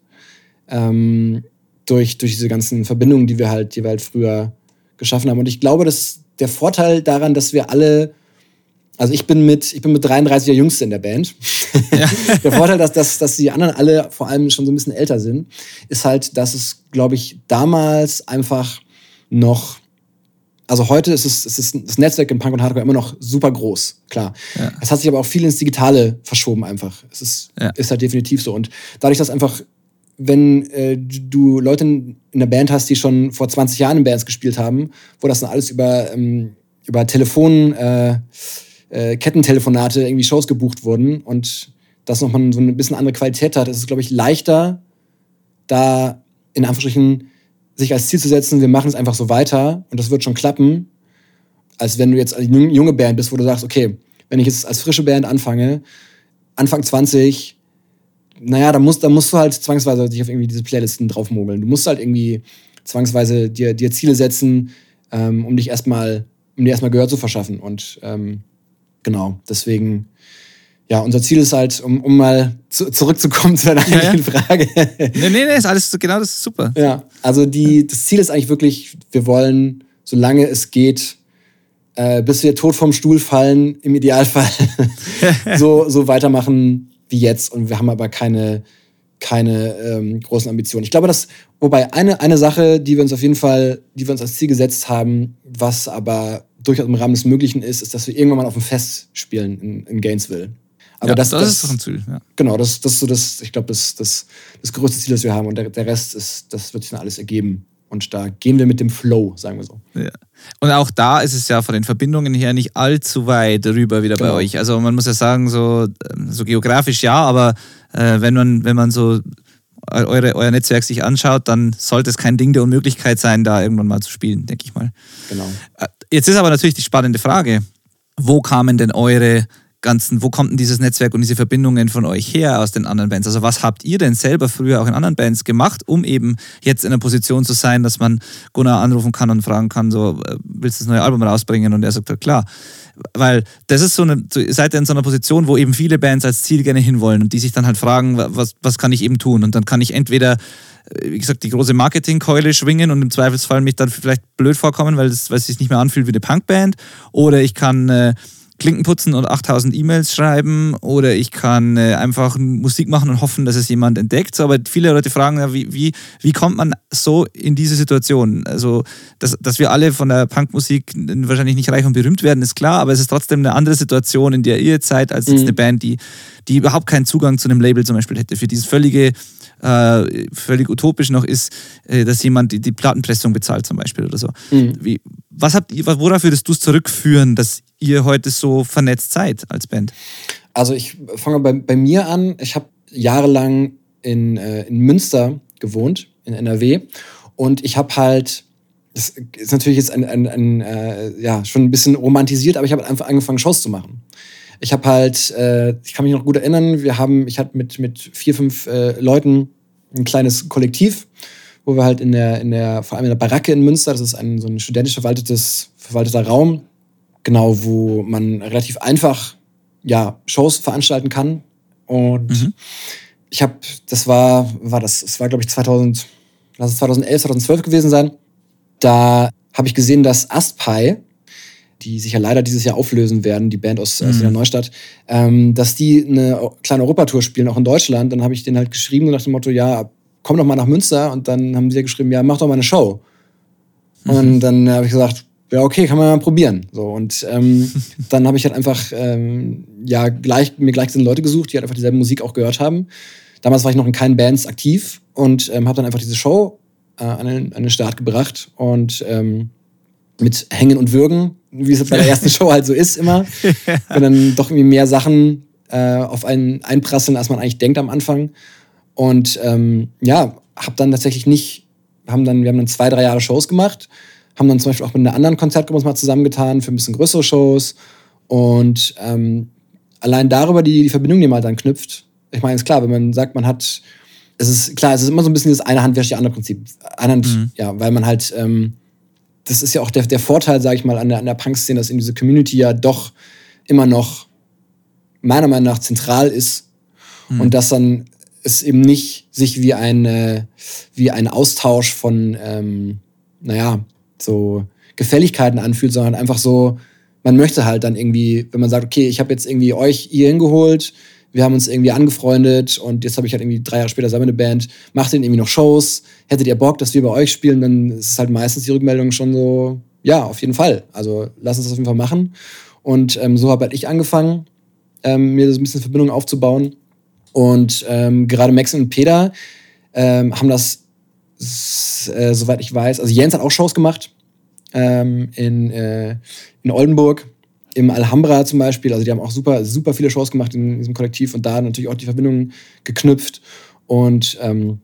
S3: ähm, durch, durch diese ganzen Verbindungen, die wir halt, die wir halt früher geschaffen haben. Und ich glaube, dass der Vorteil daran, dass wir alle, also ich bin mit, ich bin mit dreiunddreißig der Jüngste in der Band. Ja. Der Vorteil, dass, dass, dass die anderen alle vor allem schon so ein bisschen älter sind, ist halt, dass es, glaube ich, damals einfach noch, also heute ist es, es ist das Netzwerk in Punk und Hardcore immer noch super groß, klar. Ja. Es hat sich aber auch viel ins Digitale verschoben einfach. Es ist, ja. ist halt definitiv so. Und dadurch, dass einfach, wenn äh, du Leute in der Band hast, die schon vor zwanzig Jahren in Bands gespielt haben, wo das dann alles über, ähm, über Telefon, äh, äh, Kettentelefonate irgendwie Shows gebucht wurden und das nochmal so ein bisschen andere Qualität hat, ist es, glaube ich, leichter, da in Anführungsstrichen sich als Ziel zu setzen, wir machen es einfach so weiter und das wird schon klappen, als wenn du jetzt eine junge Band bist, wo du sagst, okay, wenn ich jetzt als frische Band anfange, Anfang zwanzig, naja, da musst, da musst du halt zwangsweise dich auf irgendwie diese Playlisten draufmogeln. Du musst halt irgendwie zwangsweise dir, dir Ziele setzen, ähm, um dich erstmal, um dir erstmal Gehör zu verschaffen. Und ähm, genau, deswegen, ja, unser Ziel ist halt, um, um mal zu, zurückzukommen zu deiner
S1: ja,
S3: eigentlichen
S1: ja.
S3: Frage.
S1: Nee, nee, nee, ist alles genau, das ist super.
S3: Ja, also die, das Ziel ist eigentlich wirklich, wir wollen, solange es geht, äh, bis wir tot vom Stuhl fallen, im Idealfall, so, so weitermachen wie jetzt. Und wir haben aber keine, keine ähm, großen Ambitionen. Ich glaube, dass, wobei eine, eine Sache, die wir uns auf jeden Fall, die wir uns als Ziel gesetzt haben, was aber durchaus im Rahmen des Möglichen ist, ist, dass wir irgendwann mal auf dem Fest spielen in, in Gainesville. Aber
S1: ja,
S3: das,
S1: das,
S3: das
S1: ist doch ein Ziel. Ja.
S3: Genau, das, das ist so das, ich glaube, das, das, das größte Ziel, das wir haben. Und der, der Rest ist, das wird sich dann alles ergeben. Und da gehen wir mit dem Flow, sagen wir so.
S1: Ja. Und auch da ist es ja von den Verbindungen her nicht allzu weit rüber wieder genau. bei euch. Also man muss ja sagen, so, so geografisch ja, aber äh, wenn man, wenn man so eure, euer Netzwerk sich anschaut, dann sollte es kein Ding der Unmöglichkeit sein, da irgendwann mal zu spielen, denke ich mal.
S3: Genau.
S1: Jetzt ist aber natürlich die spannende Frage, wo kamen denn eure ganzen, wo kommt denn dieses Netzwerk und diese Verbindungen von euch her aus den anderen Bands? Also was habt ihr denn selber früher auch in anderen Bands gemacht, um eben jetzt in einer Position zu sein, dass man Gunnar anrufen kann und fragen kann, so, willst du das neue Album rausbringen? Und er sagt, ja, klar. Weil das ist so eine, seid ihr in so einer Position, wo eben viele Bands als Ziel gerne hinwollen und die sich dann halt fragen, was, was kann ich eben tun? Und dann kann ich entweder, wie gesagt, die große Marketingkeule schwingen und im Zweifelsfall mich dann vielleicht blöd vorkommen, weil es, weil es sich nicht mehr anfühlt wie eine Punkband. Oder ich kann äh, Klinken putzen und achttausend E-Mails schreiben, oder ich kann äh, einfach Musik machen und hoffen, dass es jemand entdeckt. So, aber viele Leute fragen, ja, wie, wie, wie kommt man so in diese Situation? Also, dass, dass wir alle von der Punkmusik wahrscheinlich nicht reich und berühmt werden, ist klar, aber es ist trotzdem eine andere Situation, in der ihr jetzt seid, als jetzt mhm. eine Band, die, die überhaupt keinen Zugang zu einem Label zum Beispiel hätte. Für dieses völlige, äh, völlig utopisch noch ist, äh, dass jemand die, die Plattenpressung bezahlt zum Beispiel oder so. Mhm. Wie, was habt ihr, worauf würdest du es zurückführen, dass ihr heute so vernetzt seid als Band?
S3: Also ich fange bei, bei mir an. Ich habe jahrelang in, äh, in Münster gewohnt, in N R W. Und ich habe halt, das ist natürlich jetzt ein, ein, ein äh, ja, schon ein bisschen romantisiert, aber ich habe einfach angefangen, Shows zu machen. Ich habe halt, äh, ich kann mich noch gut erinnern, wir haben, ich hatte mit, mit vier, fünf äh, Leuten ein kleines Kollektiv, wo wir halt in der, in der, vor allem in der Baracke in Münster, das ist ein so ein studentisch verwaltetes, verwalteter Raum, genau, wo man relativ einfach ja, Shows veranstalten kann. Und mhm. ich habe, das war, war das, das war glaube ich zweitausend, lass es zweitausendelf, zweitausendzwölf gewesen sein. Da habe ich gesehen, dass Astpie, die sich ja leider dieses Jahr auflösen werden, die Band aus, mhm. aus Wiener Neustadt, ähm, dass die eine kleine Europatour spielen, auch in Deutschland. Dann habe ich denen halt geschrieben nach dem Motto, ja, komm doch mal nach Münster. Und dann haben sie ja geschrieben, ja, mach doch mal eine Show. Mhm. Und dann habe ich gesagt, ja, okay, kann man mal probieren. So, und ähm, dann habe ich halt einfach ähm, ja, gleich, mir gleichgesinnte Leute gesucht, die halt einfach dieselbe Musik auch gehört haben. Damals war ich noch in keinen Bands aktiv und ähm, habe dann einfach diese Show äh, an, den, an den Start gebracht. Und ähm, mit Hängen und Würgen, wie es bei der ersten Show halt so ist immer. Wenn dann doch irgendwie mehr Sachen äh, auf einen einprasseln, als man eigentlich denkt am Anfang. Und ähm, ja, hab dann tatsächlich nicht, haben dann, wir haben dann zwei, drei Jahre Shows gemacht, haben dann zum Beispiel auch mit einer anderen Konzertgruppe uns mal zusammengetan für ein bisschen größere Shows. Und ähm, allein darüber die, die Verbindung, die man dann knüpft. Ich meine, ist klar, wenn man sagt, man hat, es ist klar, es ist immer so ein bisschen das eine Hand wäscht die andere Prinzip. Eine Hand, mhm. ja, weil man halt, ähm, das ist ja auch der, der Vorteil, sage ich mal, an der, an der Punk-Szene, dass in diese Community ja doch immer noch meiner Meinung nach zentral ist. Mhm. Und dass dann es eben nicht sich wie ein, äh, wie ein Austausch von, ähm, naja, so Gefälligkeiten anfühlt, sondern einfach so, man möchte halt dann irgendwie, wenn man sagt, okay, ich habe jetzt irgendwie euch hier hingeholt, wir haben uns irgendwie angefreundet und jetzt habe ich halt irgendwie drei Jahre später selber eine Band, macht denn irgendwie noch Shows, hättet ihr Bock, dass wir bei euch spielen, dann ist es halt meistens die Rückmeldung schon so, ja, auf jeden Fall, also lass uns das auf jeden Fall machen. Und ähm, so habe halt ich angefangen, ähm, mir so ein bisschen Verbindung aufzubauen und ähm, gerade Max und Peter ähm, haben das Äh, soweit ich weiß, also Jens hat auch Shows gemacht ähm, in, äh, in Oldenburg, im Alhambra zum Beispiel, also die haben auch super, super viele Shows gemacht in diesem Kollektiv und da natürlich auch die Verbindungen geknüpft und ähm,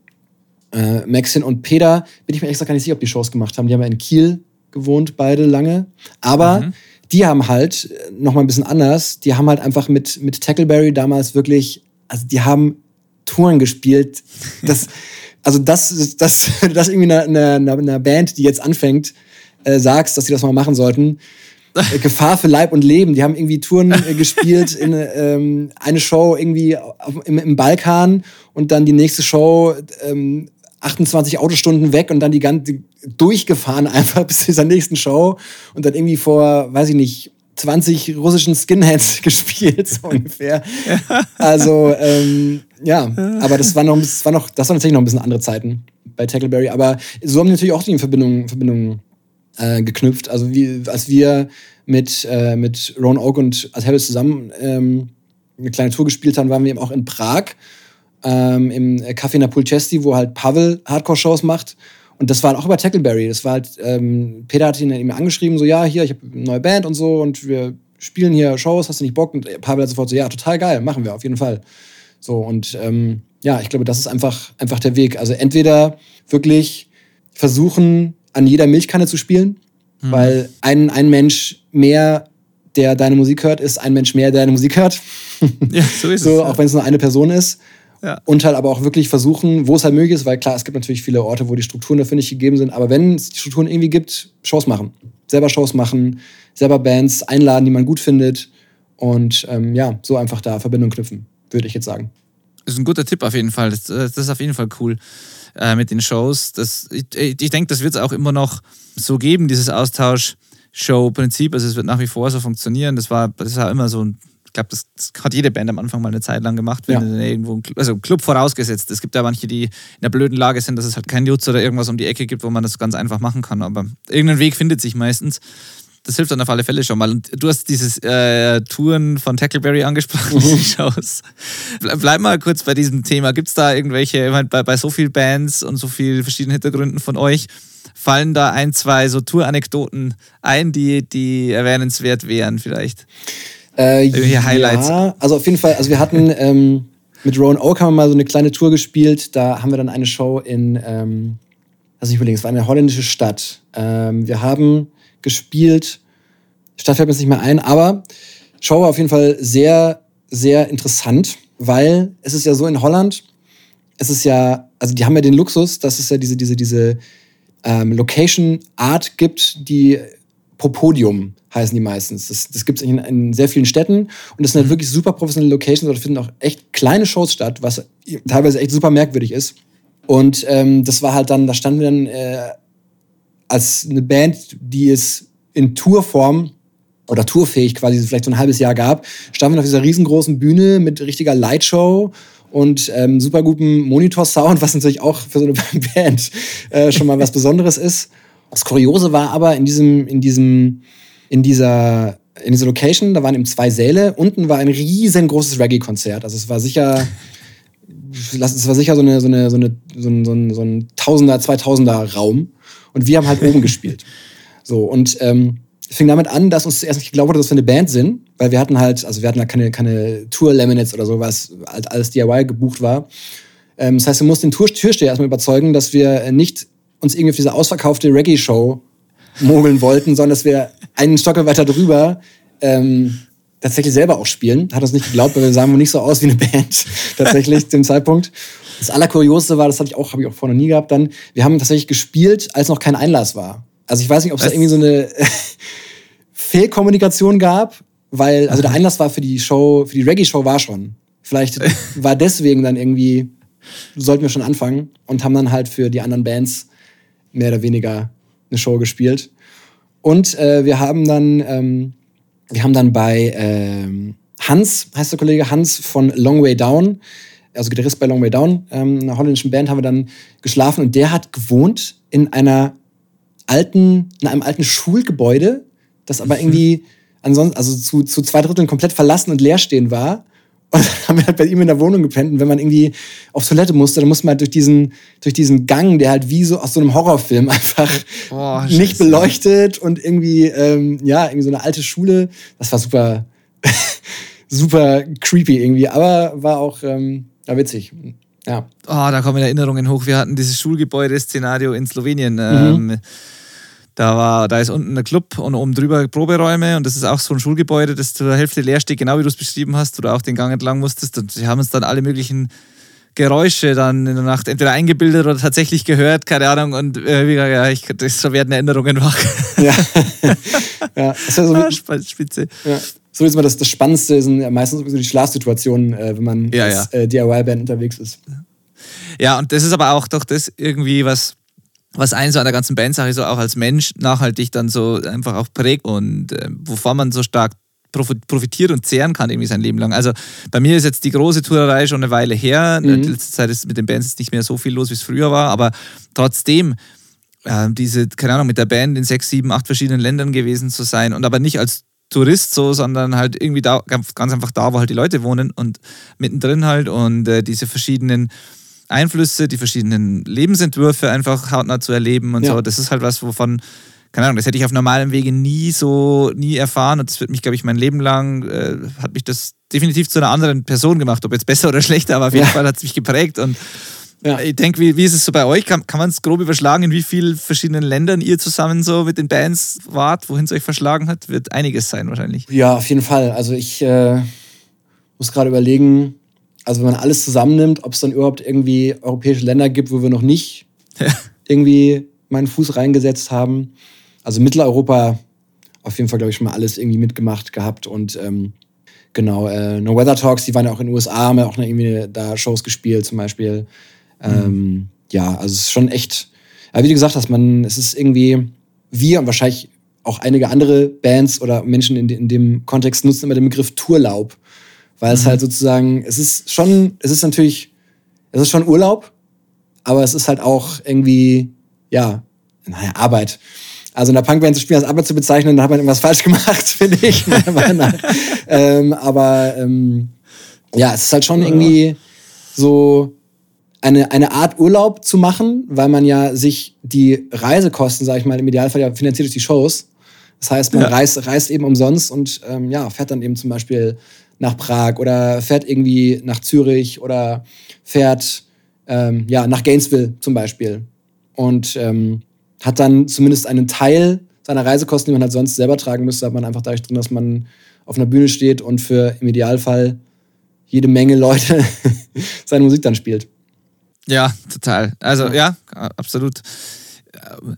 S3: äh, Maxin und Peter, bin ich mir extra gar nicht sicher, ob die Shows gemacht haben, die haben ja in Kiel gewohnt, beide lange, aber mhm. die haben halt, nochmal ein bisschen anders, die haben halt einfach mit, mit Tackleberry damals wirklich, also die haben Touren gespielt, das Also das, das, das irgendwie einer, einer, einer Band, die jetzt anfängt, äh, sagst, dass sie das mal machen sollten. Äh, Gefahr für Leib und Leben. Die haben irgendwie Touren äh, gespielt, in ähm, eine Show irgendwie auf, im, im Balkan und dann die nächste Show ähm, achtundzwanzig Autostunden weg und dann die ganze durchgefahren einfach bis zu dieser nächsten Show und dann irgendwie vor, weiß ich nicht, zwanzig russischen Skinheads gespielt, so ungefähr. Also, ähm, ja, aber das war noch, das war noch, das waren tatsächlich noch ein bisschen andere Zeiten bei Tackleberry. Aber so haben die natürlich auch die Verbindungen Verbindung, äh, geknüpft. Also, wie, als wir mit, äh, mit Rowan Oak und Althebes zusammen ähm, eine kleine Tour gespielt haben, waren wir eben auch in Prag, ähm, im Café Napulchesti, wo halt Pavel Hardcore-Shows macht. Und das war halt auch über Tackleberry. Das war halt, ähm, Peter hat ihn dann eben angeschrieben, so, ja, hier, ich habe eine neue Band und so und wir spielen hier Shows, hast du nicht Bock? Und Pavel hat sofort so, ja, total geil, machen wir auf jeden Fall. So, und ähm, ja, ich glaube, das ist einfach, einfach der Weg. Also entweder wirklich versuchen, an jeder Milchkanne zu spielen, mhm. weil ein, ein Mensch mehr, der deine Musik hört, ist ein Mensch mehr, der deine Musik hört.
S1: Ja, so ist
S3: so,
S1: es.
S3: Auch
S1: ja.
S3: wenn es nur eine Person ist.
S1: Ja.
S3: Und halt aber auch wirklich versuchen, wo es halt möglich ist, weil klar, es gibt natürlich viele Orte, wo die Strukturen dafür nicht gegeben sind, aber wenn es die Strukturen irgendwie gibt, Shows machen. Selber Shows machen, selber Bands einladen, die man gut findet und ähm, ja, so einfach da Verbindung knüpfen, würde ich jetzt sagen.
S1: Das ist ein guter Tipp auf jeden Fall. Das, das ist auf jeden Fall cool äh, mit den Shows. Das, ich ich denke, das wird es auch immer noch so geben, dieses Austausch-Show-Prinzip. Also es wird nach wie vor so funktionieren. Das war, das war immer so ein Ich glaube, das, das hat jede Band am Anfang mal eine Zeit lang gemacht, wenn ja. irgendwo ein Club, also Club vorausgesetzt. Es gibt ja manche, die in einer blöden Lage sind, dass es halt kein Jutz oder irgendwas um die Ecke gibt, wo man das ganz einfach machen kann. Aber irgendein Weg findet sich meistens. Das hilft dann auf alle Fälle schon mal. Und du hast dieses äh, Touren von Tackleberry angesprochen, mhm. die Shows. Bleib mal kurz bei diesem Thema. Gibt es da irgendwelche, ich meine, bei, bei so vielen Bands und so vielen verschiedenen Hintergründen von euch, fallen da ein, zwei so Tour-Anekdoten ein, die, die erwähnenswert wären vielleicht?
S3: Äh, Highlights. Ja, also auf jeden Fall, also wir hatten ähm, mit Rowan Oak haben wir mal so eine kleine Tour gespielt, da haben wir dann eine Show in, ähm, lass mich überlegen, es war eine holländische Stadt. Ähm, wir haben gespielt, Stadt fällt mir jetzt nicht mehr ein, aber Show war auf jeden Fall sehr, sehr interessant, weil es ist ja so in Holland, es ist ja, also die haben ja den Luxus, dass es ja diese, diese, diese ähm, Location-Art gibt, die Popodium heißen die meistens. Das, das gibt es in, in sehr vielen Städten und das sind halt wirklich super professionelle Locations, da finden auch echt kleine Shows statt, was teilweise echt super merkwürdig ist. Und ähm, das war halt dann, da standen wir dann äh, als eine Band, die es in Tourform oder tourfähig quasi vielleicht so ein halbes Jahr gab, standen wir auf dieser riesengroßen Bühne mit richtiger Lightshow und ähm, super gutem Monitor-Sound, was natürlich auch für so eine Band äh, schon mal was Besonderes ist. Das Kuriose war aber in diesem, in diesem, in dieser, in dieser Location, da waren eben zwei Säle, unten war ein riesengroßes Reggae-Konzert. Also es war sicher, es war sicher so eine, so eine, so eine, so ein, so ein, so ein Tausender, Zweitausender Raum. Und wir haben halt oben gespielt. So, und ähm, fing damit an, dass uns zuerst nicht geglaubt wurde, dass wir eine Band sind, weil wir hatten halt, also wir hatten halt keine, keine Tour-Laminates oder so, was halt alles D I Y gebucht war. Ähm, das heißt, wir mussten den Tour- Türsteher erstmal überzeugen, dass wir nicht uns irgendwie auf diese ausverkaufte Reggae-Show mogeln wollten, sondern dass wir einen Stock weiter drüber ähm, tatsächlich selber auch spielen. Hat uns nicht geglaubt, weil wir sahen nicht so aus wie eine Band, tatsächlich, zu dem Zeitpunkt. Das Allerkurioseste war, das hatte ich auch, habe ich auch vorher noch nie gehabt, dann, wir haben tatsächlich gespielt, als noch kein Einlass war. Also ich weiß nicht, ob es da irgendwie so eine Fehlkommunikation gab, weil, also der Einlass war für die Show, für die Reggae-Show war schon. Vielleicht war deswegen dann irgendwie, sollten wir schon anfangen und haben dann halt für die anderen Bands mehr oder weniger eine Show gespielt. Und äh, wir haben dann, ähm, wir haben dann bei ähm, Hans, heißt der Kollege, Hans von Long Way Down, also Gitarrist bei Long Way Down, ähm, einer holländischen Band, haben wir dann geschlafen und der hat gewohnt in einer alten, in einem alten Schulgebäude, das aber irgendwie ansonsten, also zu, zu zwei Dritteln komplett verlassen und leerstehend war. Und dann haben wir halt bei ihm in der Wohnung gepennt. Und wenn man irgendwie auf Toilette musste, dann musste man halt durch diesen, durch diesen Gang, der halt wie so aus so einem Horrorfilm einfach oh, nicht beleuchtet und irgendwie, ähm, ja, irgendwie so eine alte Schule. Das war super, super creepy irgendwie, aber war auch, ähm, war witzig. Ja.
S1: Oh, da kommen Erinnerungen hoch. Wir hatten dieses Schulgebäude-Szenario in Slowenien. Mhm. Ähm, Da, war, da ist unten ein Club und oben drüber Proberäume und das ist auch so ein Schulgebäude, das zur Hälfte leer steht, genau wie du es beschrieben hast, wo du auch den Gang entlang musstest. Und sie haben uns dann alle möglichen Geräusche dann in der Nacht entweder eingebildet oder tatsächlich gehört, keine Ahnung. Und äh, wie gesagt, ja, ich, das, so werden Erinnerungen wach.
S3: Ja, ja. Das ist so
S1: ah, Spitze.
S3: Ja. So ist immer das, das Spannendste, sind ja meistens so die Schlafsituationen, äh, wenn man
S1: ja,
S3: als
S1: ja.
S3: äh, D I Y-Band unterwegs ist.
S1: Ja, und das ist aber auch doch das irgendwie, was was einen so an der ganzen Bandsache so auch als Mensch nachhaltig dann so einfach auch prägt und äh, wovon man so stark profitiert und zehren kann irgendwie sein Leben lang. Also bei mir ist jetzt die große Tourerei schon eine Weile her. Mhm. In letzter Zeit ist mit den Bands jetzt nicht mehr so viel los, wie es früher war, aber trotzdem äh, diese, keine Ahnung, mit der Band in sechs, sieben, acht verschiedenen Ländern gewesen zu sein und aber nicht als Tourist so, sondern halt irgendwie da, ganz einfach da, wo halt die Leute wohnen und mittendrin halt und äh, diese verschiedenen Einflüsse, die verschiedenen Lebensentwürfe einfach hautnah zu erleben und ja. so. Das ist halt was, wovon, keine Ahnung, das hätte ich auf normalem Wege nie so, nie erfahren und das wird mich, glaube ich, mein Leben lang, äh, hat mich das definitiv zu einer anderen Person gemacht, ob jetzt besser oder schlechter, aber auf jeden ja. Fall hat es mich geprägt und ja. ich denke, wie, wie ist es so bei euch? Kann, kann man es grob überschlagen, in wie vielen verschiedenen Ländern ihr zusammen so mit den Bands wart, wohin es euch verschlagen hat? Wird einiges sein wahrscheinlich.
S3: Ja, auf jeden Fall. Also ich äh, muss gerade überlegen, also wenn man alles zusammennimmt, ob es dann überhaupt irgendwie europäische Länder gibt, wo wir noch nicht ja. irgendwie meinen Fuß reingesetzt haben. Also Mitteleuropa auf jeden Fall, glaube ich, schon mal alles irgendwie mitgemacht gehabt. Und ähm, genau, äh, No Weather Talks, die waren ja auch in den U S A, haben ja auch noch irgendwie da Shows gespielt zum Beispiel. Mhm. Ähm, ja, also es ist schon echt, aber wie du gesagt hast, man, es ist irgendwie, wir und wahrscheinlich auch einige andere Bands oder Menschen in, de, in dem Kontext nutzen immer den Begriff Tourlaub. Weil es mhm. halt sozusagen, es ist schon, es ist natürlich, es ist schon Urlaub, aber es ist halt auch irgendwie, ja, naja, Arbeit. Also in der Punkband zu spielen als Arbeit zu bezeichnen, da hat man irgendwas falsch gemacht, finde ich. ähm, aber ähm, ja, es ist halt schon irgendwie so eine, eine Art Urlaub zu machen, weil man ja sich die Reisekosten, sag ich mal, im Idealfall ja finanziert durch die Shows. Das heißt, man ja. reist, reist eben umsonst und ähm, ja, fährt dann eben zum Beispiel nach Prag oder fährt irgendwie nach Zürich oder fährt ähm, ja, nach Gainesville zum Beispiel und ähm, hat dann zumindest einen Teil seiner Reisekosten, die man halt sonst selber tragen müsste, hat man einfach dadurch drin, dass man auf einer Bühne steht und für im Idealfall jede Menge Leute seine Musik dann spielt.
S1: Ja, total. Also ja, absolut.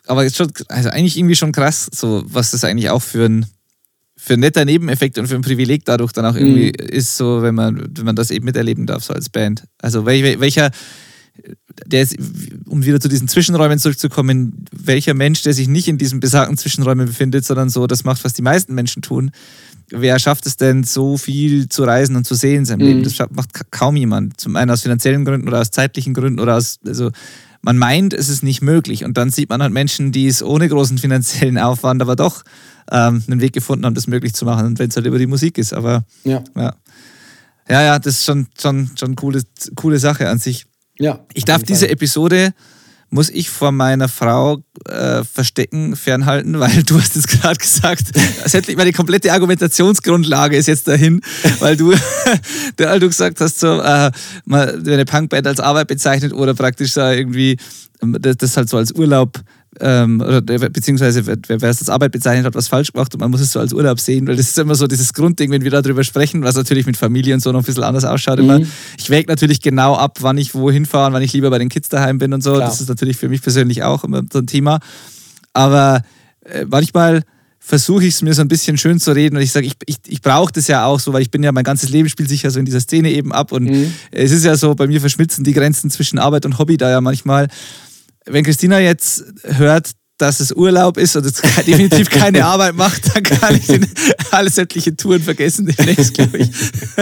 S1: aber jetzt schon, also eigentlich irgendwie schon krass, so was das eigentlich auch für ein, für ein netter Nebeneffekt und für ein Privileg dadurch dann auch irgendwie mhm. ist, so wenn man, wenn man das eben miterleben darf, so als Band. Also wel, welcher, der ist, um wieder zu diesen Zwischenräumen zurückzukommen, welcher Mensch, der sich nicht in diesen besagten Zwischenräumen befindet, sondern so das macht, was die meisten Menschen tun, wer schafft es denn, so viel zu reisen und zu sehen in seinem mhm. Leben? Das macht kaum jemand. Zum einen aus finanziellen Gründen oder aus zeitlichen Gründen oder aus, also man meint, es ist nicht möglich. Und dann sieht man halt Menschen, die es ohne großen finanziellen Aufwand aber doch ähm, einen Weg gefunden haben, das möglich zu machen. Und wenn es halt über die Musik ist. Aber ja, ja, ja, ja das ist schon, schon, schon eine coole, coole Sache an sich.
S3: Ja,
S1: ich darf diese Fall. Episode, muss ich vor meiner Frau äh, verstecken, fernhalten, weil du hast jetzt gerade gesagt, meine komplette Argumentationsgrundlage ist jetzt dahin, weil du, weil du gesagt hast, so, äh, eine Punkband als Arbeit bezeichnet oder praktisch äh, irgendwie das, das halt so als Urlaub ähm, oder beziehungsweise wer es als Arbeit bezeichnet hat, was falsch gemacht und man muss es so als Urlaub sehen, weil das ist immer so dieses Grundding, wenn wir darüber sprechen, was natürlich mit Familie und so noch ein bisschen anders ausschaut. Mhm. Immer. Ich wäge natürlich genau ab, wann ich wohin fahre, wann ich lieber bei den Kids daheim bin und so. Klar. Das ist natürlich für mich persönlich auch immer so ein Thema. Aber äh, manchmal versuche ich es mir so ein bisschen schön zu reden und ich sage, ich, ich, ich brauche das ja auch so, weil ich bin ja, mein ganzes Leben spielt sich ja so in dieser Szene eben ab und mhm. es ist ja so, bei mir verschmilzen die Grenzen zwischen Arbeit und Hobby da ja manchmal. Wenn Christina jetzt hört, dass es Urlaub ist und es definitiv keine Arbeit macht, dann kann ich den, alle sämtliche Touren vergessen demnächst, glaube ich.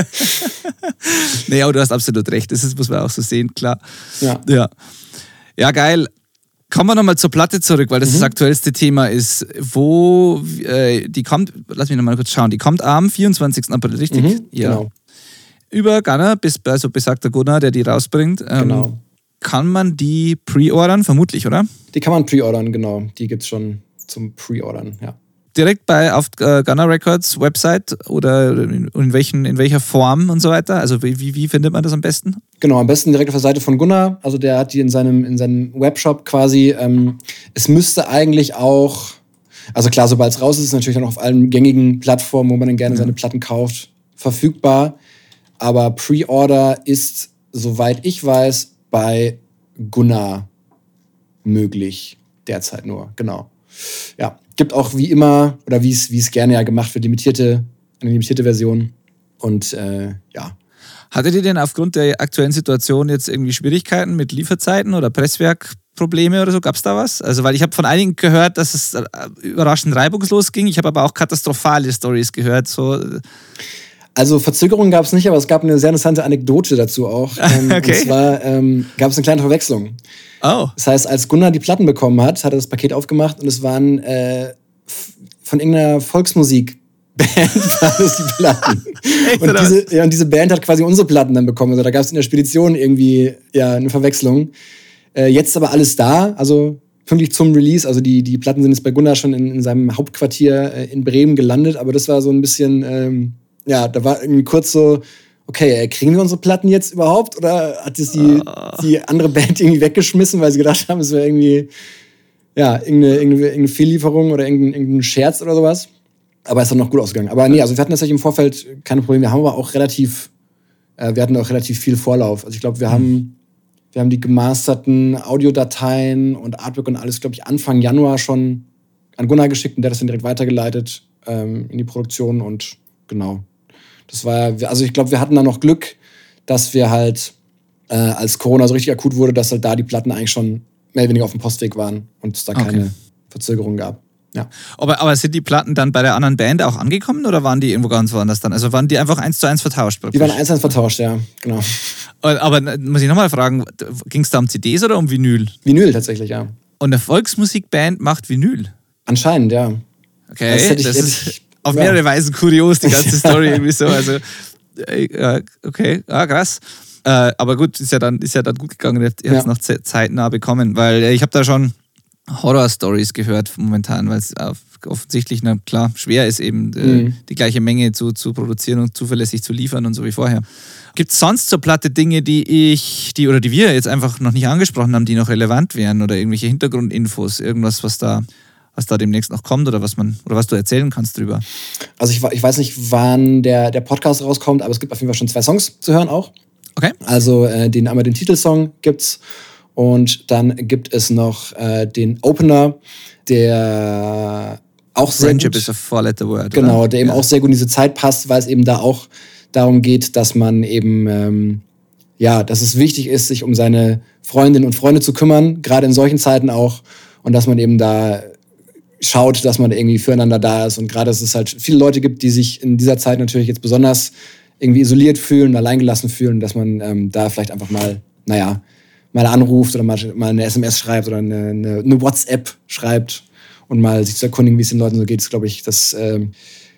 S1: Nee, aber du hast absolut recht, das ist, muss man auch so sehen, klar.
S3: Ja,
S1: ja. Ja, geil. Kommen wir nochmal zur Platte zurück, weil das mhm. das aktuellste Thema ist. Wo, äh, die kommt, lass mich nochmal kurz schauen, die kommt am vierundzwanzigsten April, richtig?
S3: Mhm,
S1: ja.
S3: Genau.
S1: Über Gunnar, bis, also besagter Gunnar, der die rausbringt. Ähm,
S3: genau.
S1: Kann man die pre-ordern? Vermutlich, oder?
S3: Die kann man pre-ordern, genau. Die gibt es schon zum Pre-ordern, ja.
S1: Direkt bei auf äh, Gunnar Records Website oder in, in, welchen, in welcher Form und so weiter? Also wie, wie findet man das am besten?
S3: Genau, am besten direkt auf der Seite von Gunnar. Also der hat die in seinem, in seinem Webshop quasi. Ähm, es müsste eigentlich auch, also klar, sobald es raus ist, ist es natürlich auch auf allen gängigen Plattformen, wo man dann gerne mhm. seine Platten kauft, verfügbar. Aber Pre-Order ist, soweit ich weiß, bei Gunnar möglich. Derzeit nur, genau. Ja, gibt auch wie immer, oder wie es wie es gerne ja gemacht wird, limitierte, eine limitierte Version. Und äh, ja.
S1: Hattet ihr denn aufgrund der aktuellen Situation jetzt irgendwie Schwierigkeiten mit Lieferzeiten oder Presswerkprobleme oder so? Gab es da was? Also, weil ich habe von einigen gehört, dass es überraschend reibungslos ging. Ich habe aber auch katastrophale Storys gehört. So.
S3: Also Verzögerungen gab es nicht, aber es gab eine sehr interessante Anekdote dazu auch. Ähm, okay. Und zwar ähm, gab es eine kleine Verwechslung.
S1: Oh.
S3: Das heißt, als Gunnar die Platten bekommen hat, hat er das Paket aufgemacht und es waren äh, von irgendeiner Volksmusikband waren das die Platten. Echt, und, diese, ja, und diese Band hat quasi unsere Platten dann bekommen. Also da gab es in der Spedition irgendwie ja, eine Verwechslung. Äh, jetzt ist aber alles da, also pünktlich zum Release. Also die, die Platten sind jetzt bei Gunnar schon in, in seinem Hauptquartier äh, in Bremen gelandet, aber das war so ein bisschen... Ähm, ja, da war irgendwie kurz so, okay, kriegen wir unsere Platten jetzt überhaupt? Oder hat das die, oh. die andere Band irgendwie weggeschmissen, weil sie gedacht haben, es wäre irgendwie, ja, irgendeine, irgendeine, irgendeine Fehllieferung oder irgendein, irgendein Scherz oder sowas. Aber es ist dann noch gut ausgegangen. Aber nee, also wir hatten tatsächlich im Vorfeld keine Probleme. Wir haben aber auch relativ, äh, wir hatten auch relativ viel Vorlauf. Also ich glaube, wir mhm. haben, wir haben die gemasterten Audiodateien und Artwork und alles, glaube ich, Anfang Januar schon an Gunnar geschickt und der hat das dann direkt weitergeleitet ähm, in die Produktion und genau. Das war, also ich glaube, wir hatten da noch Glück, dass wir halt, äh, als Corona so richtig akut wurde, dass halt da die Platten eigentlich schon mehr oder weniger auf dem Postweg waren und es da keine okay. Verzögerung gab. Ja.
S1: Aber, aber sind die Platten dann bei der anderen Band auch angekommen oder waren die irgendwo ganz woanders dann? Also waren die einfach eins zu eins vertauscht? Praktisch?
S3: Die waren eins zu eins vertauscht, ja, genau.
S1: Aber muss ich nochmal fragen, ging es da um C Ds oder um Vinyl?
S3: Vinyl tatsächlich, ja.
S1: Und eine Volksmusikband macht Vinyl?
S3: Anscheinend, ja.
S1: Okay, das, hätte ich, das ist... Ich, auf mehrere ja. Weisen kurios, die ganze Story irgendwie so. Also, äh, okay, ah, krass. Äh, aber gut, ist ja dann, ist ja dann gut gegangen. Ihr habt es ja. noch zeitnah bekommen, weil ich habe da schon Horror-Stories gehört momentan, weil es offensichtlich, na klar, schwer ist eben äh, mhm. die gleiche Menge zu, zu produzieren und zuverlässig zu liefern und so wie vorher. Gibt es sonst zur Platte Dinge, die ich, die oder die wir jetzt einfach noch nicht angesprochen haben, die noch relevant wären oder irgendwelche Hintergrundinfos, irgendwas, was da was da demnächst noch kommt oder was man oder was du erzählen kannst drüber?
S3: Also ich, ich weiß nicht, wann der, der Podcast rauskommt, aber es gibt auf jeden Fall schon zwei Songs zu hören auch.
S1: Okay.
S3: Also äh, den, einmal den Titelsong gibt's Und dann gibt es noch äh, den Opener, der auch sehr
S1: Friendship
S3: gut,
S1: is a four-letter word.
S3: Genau,
S1: oder?
S3: der eben
S1: ja.
S3: auch sehr gut in diese Zeit passt, weil es eben da auch darum geht, dass man eben, ähm, ja, dass es wichtig ist, sich um seine Freundinnen und Freunde zu kümmern, gerade in solchen Zeiten auch. Und dass man eben da schaut, dass man irgendwie füreinander da ist. Und gerade, dass es halt viele Leute gibt, die sich in dieser Zeit natürlich jetzt besonders irgendwie isoliert fühlen, alleingelassen fühlen, dass man ähm, da vielleicht einfach mal, naja, mal anruft oder mal, mal eine S M S schreibt oder eine, eine, eine WhatsApp schreibt und mal sich zu erkundigen, wie es den Leuten so geht, ist, glaube ich, das ähm,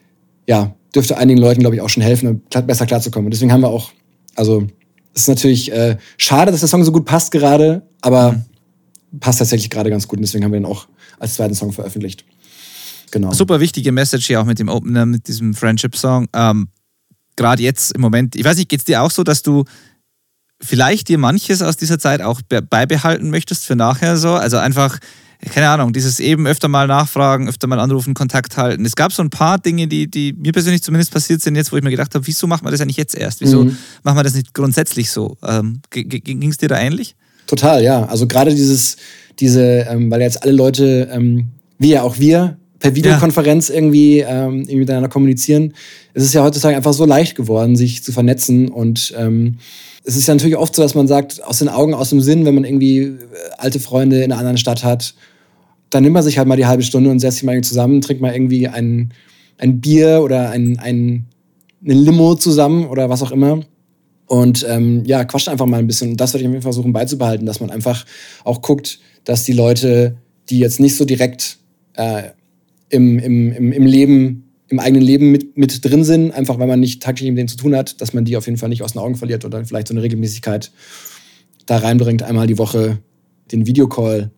S3: ja, dürfte einigen Leuten, glaube ich, auch schon helfen, besser klarzukommen. Und deswegen haben wir auch, also es ist natürlich äh, schade, dass der Song so gut passt gerade, aber mhm. passt tatsächlich gerade ganz gut und deswegen haben wir ihn auch als zweiten Song veröffentlicht. Genau.
S1: Super wichtige Message hier auch mit dem Opener, mit diesem Friendship-Song. Ähm, gerade jetzt im Moment, ich weiß nicht, geht es dir auch so, dass du vielleicht dir manches aus dieser Zeit auch beibehalten möchtest für nachher so? Also einfach, keine Ahnung, dieses eben öfter mal nachfragen, öfter mal anrufen, Kontakt halten. Es gab so ein paar Dinge, die, die mir persönlich zumindest passiert sind jetzt, wo ich mir gedacht habe, wieso macht man das eigentlich jetzt erst? Wieso mhm. machen wir das nicht grundsätzlich so? Ähm, ging es dir da ähnlich? Total,
S3: ja. Also gerade dieses, diese, ähm, weil jetzt alle Leute, ähm, wie ja auch wir, per Videokonferenz ja. irgendwie, ähm, irgendwie miteinander kommunizieren. Es ist ja heutzutage einfach so leicht geworden, sich zu vernetzen und ähm, es ist ja natürlich oft so, dass man sagt, aus den Augen, aus dem Sinn, wenn man irgendwie alte Freunde in einer anderen Stadt hat, dann nimmt man sich halt mal die halbe Stunde und setzt sich mal irgendwie zusammen, trinkt mal irgendwie ein, ein Bier oder ein, ein, eine Limo zusammen oder was auch immer. Und ähm, ja, quatscht einfach mal ein bisschen. Und das werde ich mir versuchen beizubehalten, dass man einfach auch guckt, dass die Leute, die jetzt nicht so direkt äh, im, im, im, im Leben im eigenen Leben mit, mit drin sind, einfach weil man nicht tagtäglich mit denen zu tun hat, dass man die auf jeden Fall nicht aus den Augen verliert oder vielleicht so eine Regelmäßigkeit da reinbringt, einmal die Woche den Videocall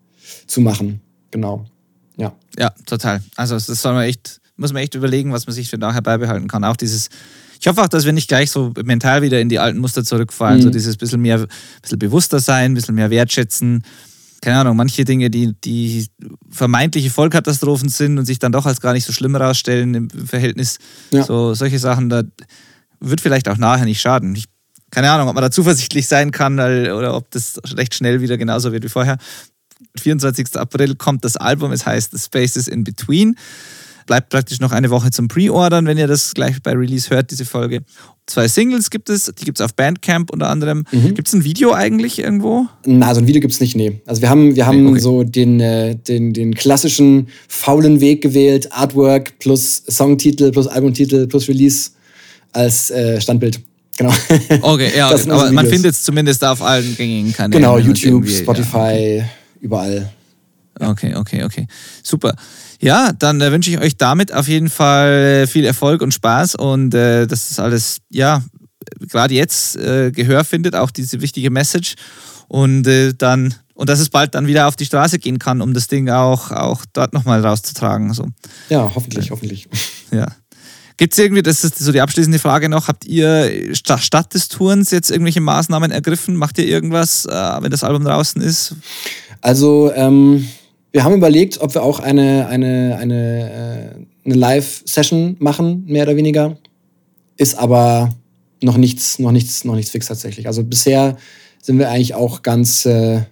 S3: zu machen. Genau. Ja.
S1: Ja, total. Also das soll man echt, muss man echt überlegen, was man sich für nachher beibehalten kann. Auch dieses, ich hoffe auch, dass wir nicht gleich so mental wieder in die alten Muster zurückfallen, mhm. so dieses bisschen mehr, bisschen bewusster sein, ein bisschen mehr wertschätzen. Keine Ahnung, manche Dinge, die, die vermeintliche Vollkatastrophen sind und sich dann doch als gar nicht so schlimm herausstellen im Verhältnis. Ja. So, solche Sachen, da wird vielleicht auch nachher nicht schaden. Ich, keine Ahnung, ob man da zuversichtlich sein kann oder ob das recht schnell wieder genauso wird wie vorher. vierundzwanzigsten April kommt das Album, es heißt The Spaces in Between. Bleibt praktisch noch eine Woche zum Pre-Ordern, wenn ihr das gleich bei Release hört, diese Folge. Zwei Singles gibt es, die gibt es auf Bandcamp unter anderem. Mhm. Gibt es ein Video eigentlich irgendwo?
S3: Na, also ein Video gibt es nicht, nee. Also wir haben, wir haben nee, okay. so den, äh, den, den klassischen faulen Weg gewählt, Artwork plus Songtitel plus Albumtitel plus Release als äh, Standbild. Genau.
S1: Okay, ja, okay. Aber man findet es zumindest auf allen gängigen Kanälen.
S3: Genau, YouTube, Spotify, ja. überall.
S1: Ja. Okay, okay, okay. Super. Ja, dann äh, wünsche ich euch damit auf jeden Fall viel Erfolg und Spaß und äh, dass das alles, ja, gerade jetzt äh, Gehör findet, auch diese wichtige Message und äh, dann, und dass es bald dann wieder auf die Straße gehen kann, um das Ding auch, auch dort nochmal rauszutragen. So.
S3: Ja, hoffentlich, ja. hoffentlich.
S1: Ja. Gibt es irgendwie, das ist so die abschließende Frage noch, habt ihr statt des Tourens jetzt irgendwelche Maßnahmen ergriffen? Macht ihr irgendwas, äh, wenn das Album draußen ist?
S3: Also, ähm, wir haben überlegt, ob wir auch eine, eine, eine, äh, eine Live-Session machen, mehr oder weniger. Ist aber noch nichts, noch nichts, noch nichts fix tatsächlich. Also bisher sind wir eigentlich auch ganz, äh,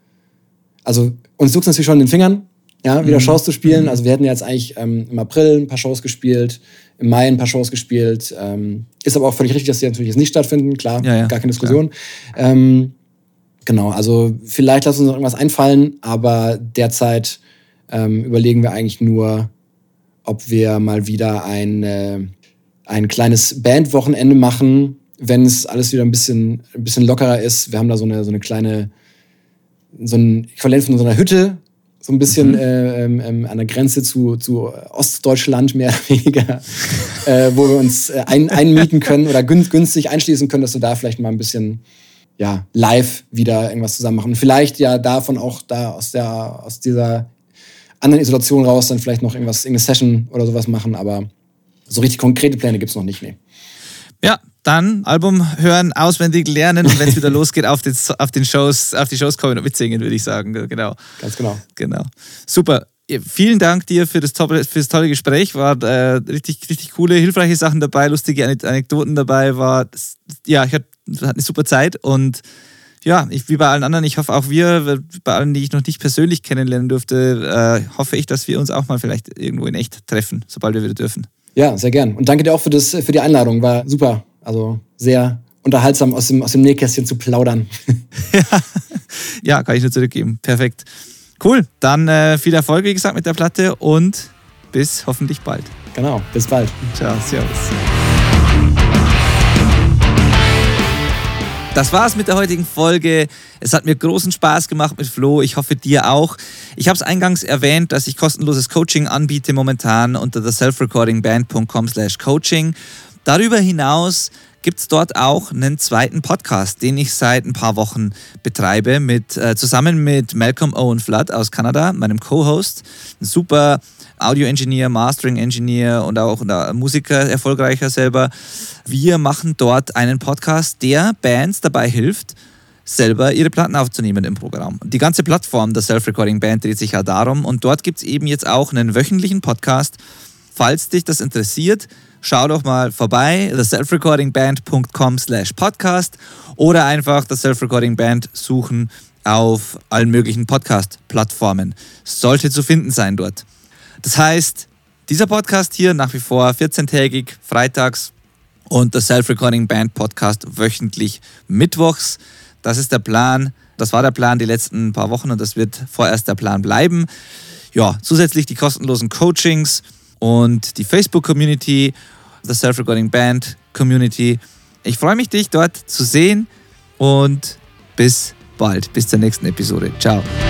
S3: also uns juckt es natürlich schon in den Fingern, ja, wieder mhm. Shows zu spielen. Mhm. Also wir hätten jetzt eigentlich ähm, im April ein paar Shows gespielt, im Mai ein paar Shows gespielt. Ähm, ist aber auch völlig richtig, dass die natürlich jetzt nicht stattfinden, klar, ja, ja, gar keine Diskussion. Ähm, Genau, also vielleicht lassen wir uns noch irgendwas einfallen, aber derzeit ähm, überlegen wir eigentlich nur, ob wir mal wieder ein, äh, ein kleines Bandwochenende machen, wenn es alles wieder ein bisschen, ein bisschen lockerer ist. Wir haben da so eine, so eine kleine, so ein Äquivalent von so einer Hütte, so ein bisschen mhm. äh, ähm, an der Grenze zu, zu Ostdeutschland mehr oder weniger, äh, wo wir uns äh, ein, einmieten können oder günstig einschließen können, dass wir da vielleicht mal ein bisschen ja, live wieder irgendwas zusammen machen. Vielleicht ja davon auch da aus der aus dieser anderen Isolation raus dann vielleicht noch irgendwas, irgendeine Session oder sowas machen, aber so richtig konkrete Pläne gibt's noch nicht, nee.
S1: Ja, dann Album hören, auswendig lernen und wenn es wieder losgeht, auf, den, auf den Shows, auf die Shows kommen und mitsingen, würde ich sagen. Genau.
S3: Ganz genau.
S1: Genau. Super. Vielen Dank dir für das, tolle, für das tolle Gespräch. War äh, richtig, richtig coole, hilfreiche Sachen dabei, lustige Anekdoten dabei. War, ja, ich hatte, hatte eine super Zeit und Ja, ich, wie bei allen anderen, ich hoffe auch wir, bei allen, die ich noch nicht persönlich kennenlernen durfte, äh, hoffe ich, dass wir uns auch mal vielleicht irgendwo in echt treffen, sobald wir wieder dürfen.
S3: Ja, sehr gern. Und danke dir auch für, das, für die Einladung. War super. Also sehr unterhaltsam, aus dem, aus dem Nähkästchen zu plaudern.
S1: ja. ja, kann ich nur zurückgeben. Perfekt. Cool. Dann äh, viel Erfolg, wie gesagt, mit der Platte und bis hoffentlich bald.
S3: Genau, bis bald.
S1: Ciao, servus. Das war's mit der heutigen Folge. Es hat mir großen Spaß gemacht mit Flo. Ich hoffe, dir auch. Ich habe es eingangs erwähnt, dass ich kostenloses Coaching anbiete momentan unter der self recording band punkt com slash coaching. Darüber hinaus gibt es dort auch einen zweiten Podcast, den ich seit ein paar Wochen betreibe, mit, äh, zusammen mit Malcolm Owen Flood aus Kanada, meinem Co-Host. Ein super Audio-Engineer, Mastering-Engineer und auch ein Musiker, erfolgreicher selber. Wir machen dort einen Podcast, der Bands dabei hilft, selber ihre Platten aufzunehmen im Programm. Die ganze Plattform der Self-Recording Band dreht sich ja darum und dort gibt es eben jetzt auch einen wöchentlichen Podcast. Falls dich das interessiert, schau doch mal vorbei, the self recording band punkt com slash podcast oder einfach the Self-Recording Band suchen auf allen möglichen Podcast-Plattformen. Sollte zu finden sein dort. Das heißt, dieser Podcast hier nach wie vor vierzehntägig, freitags und der Self-Recording Band Podcast wöchentlich mittwochs. Das ist der Plan. Das war der Plan die letzten paar Wochen und das wird vorerst der Plan bleiben. Ja, zusätzlich die kostenlosen Coachings und die Facebook-Community, the Self-Recording Band Community. Ich freue mich, dich dort zu sehen und bis bald, bis zur nächsten Episode. Ciao.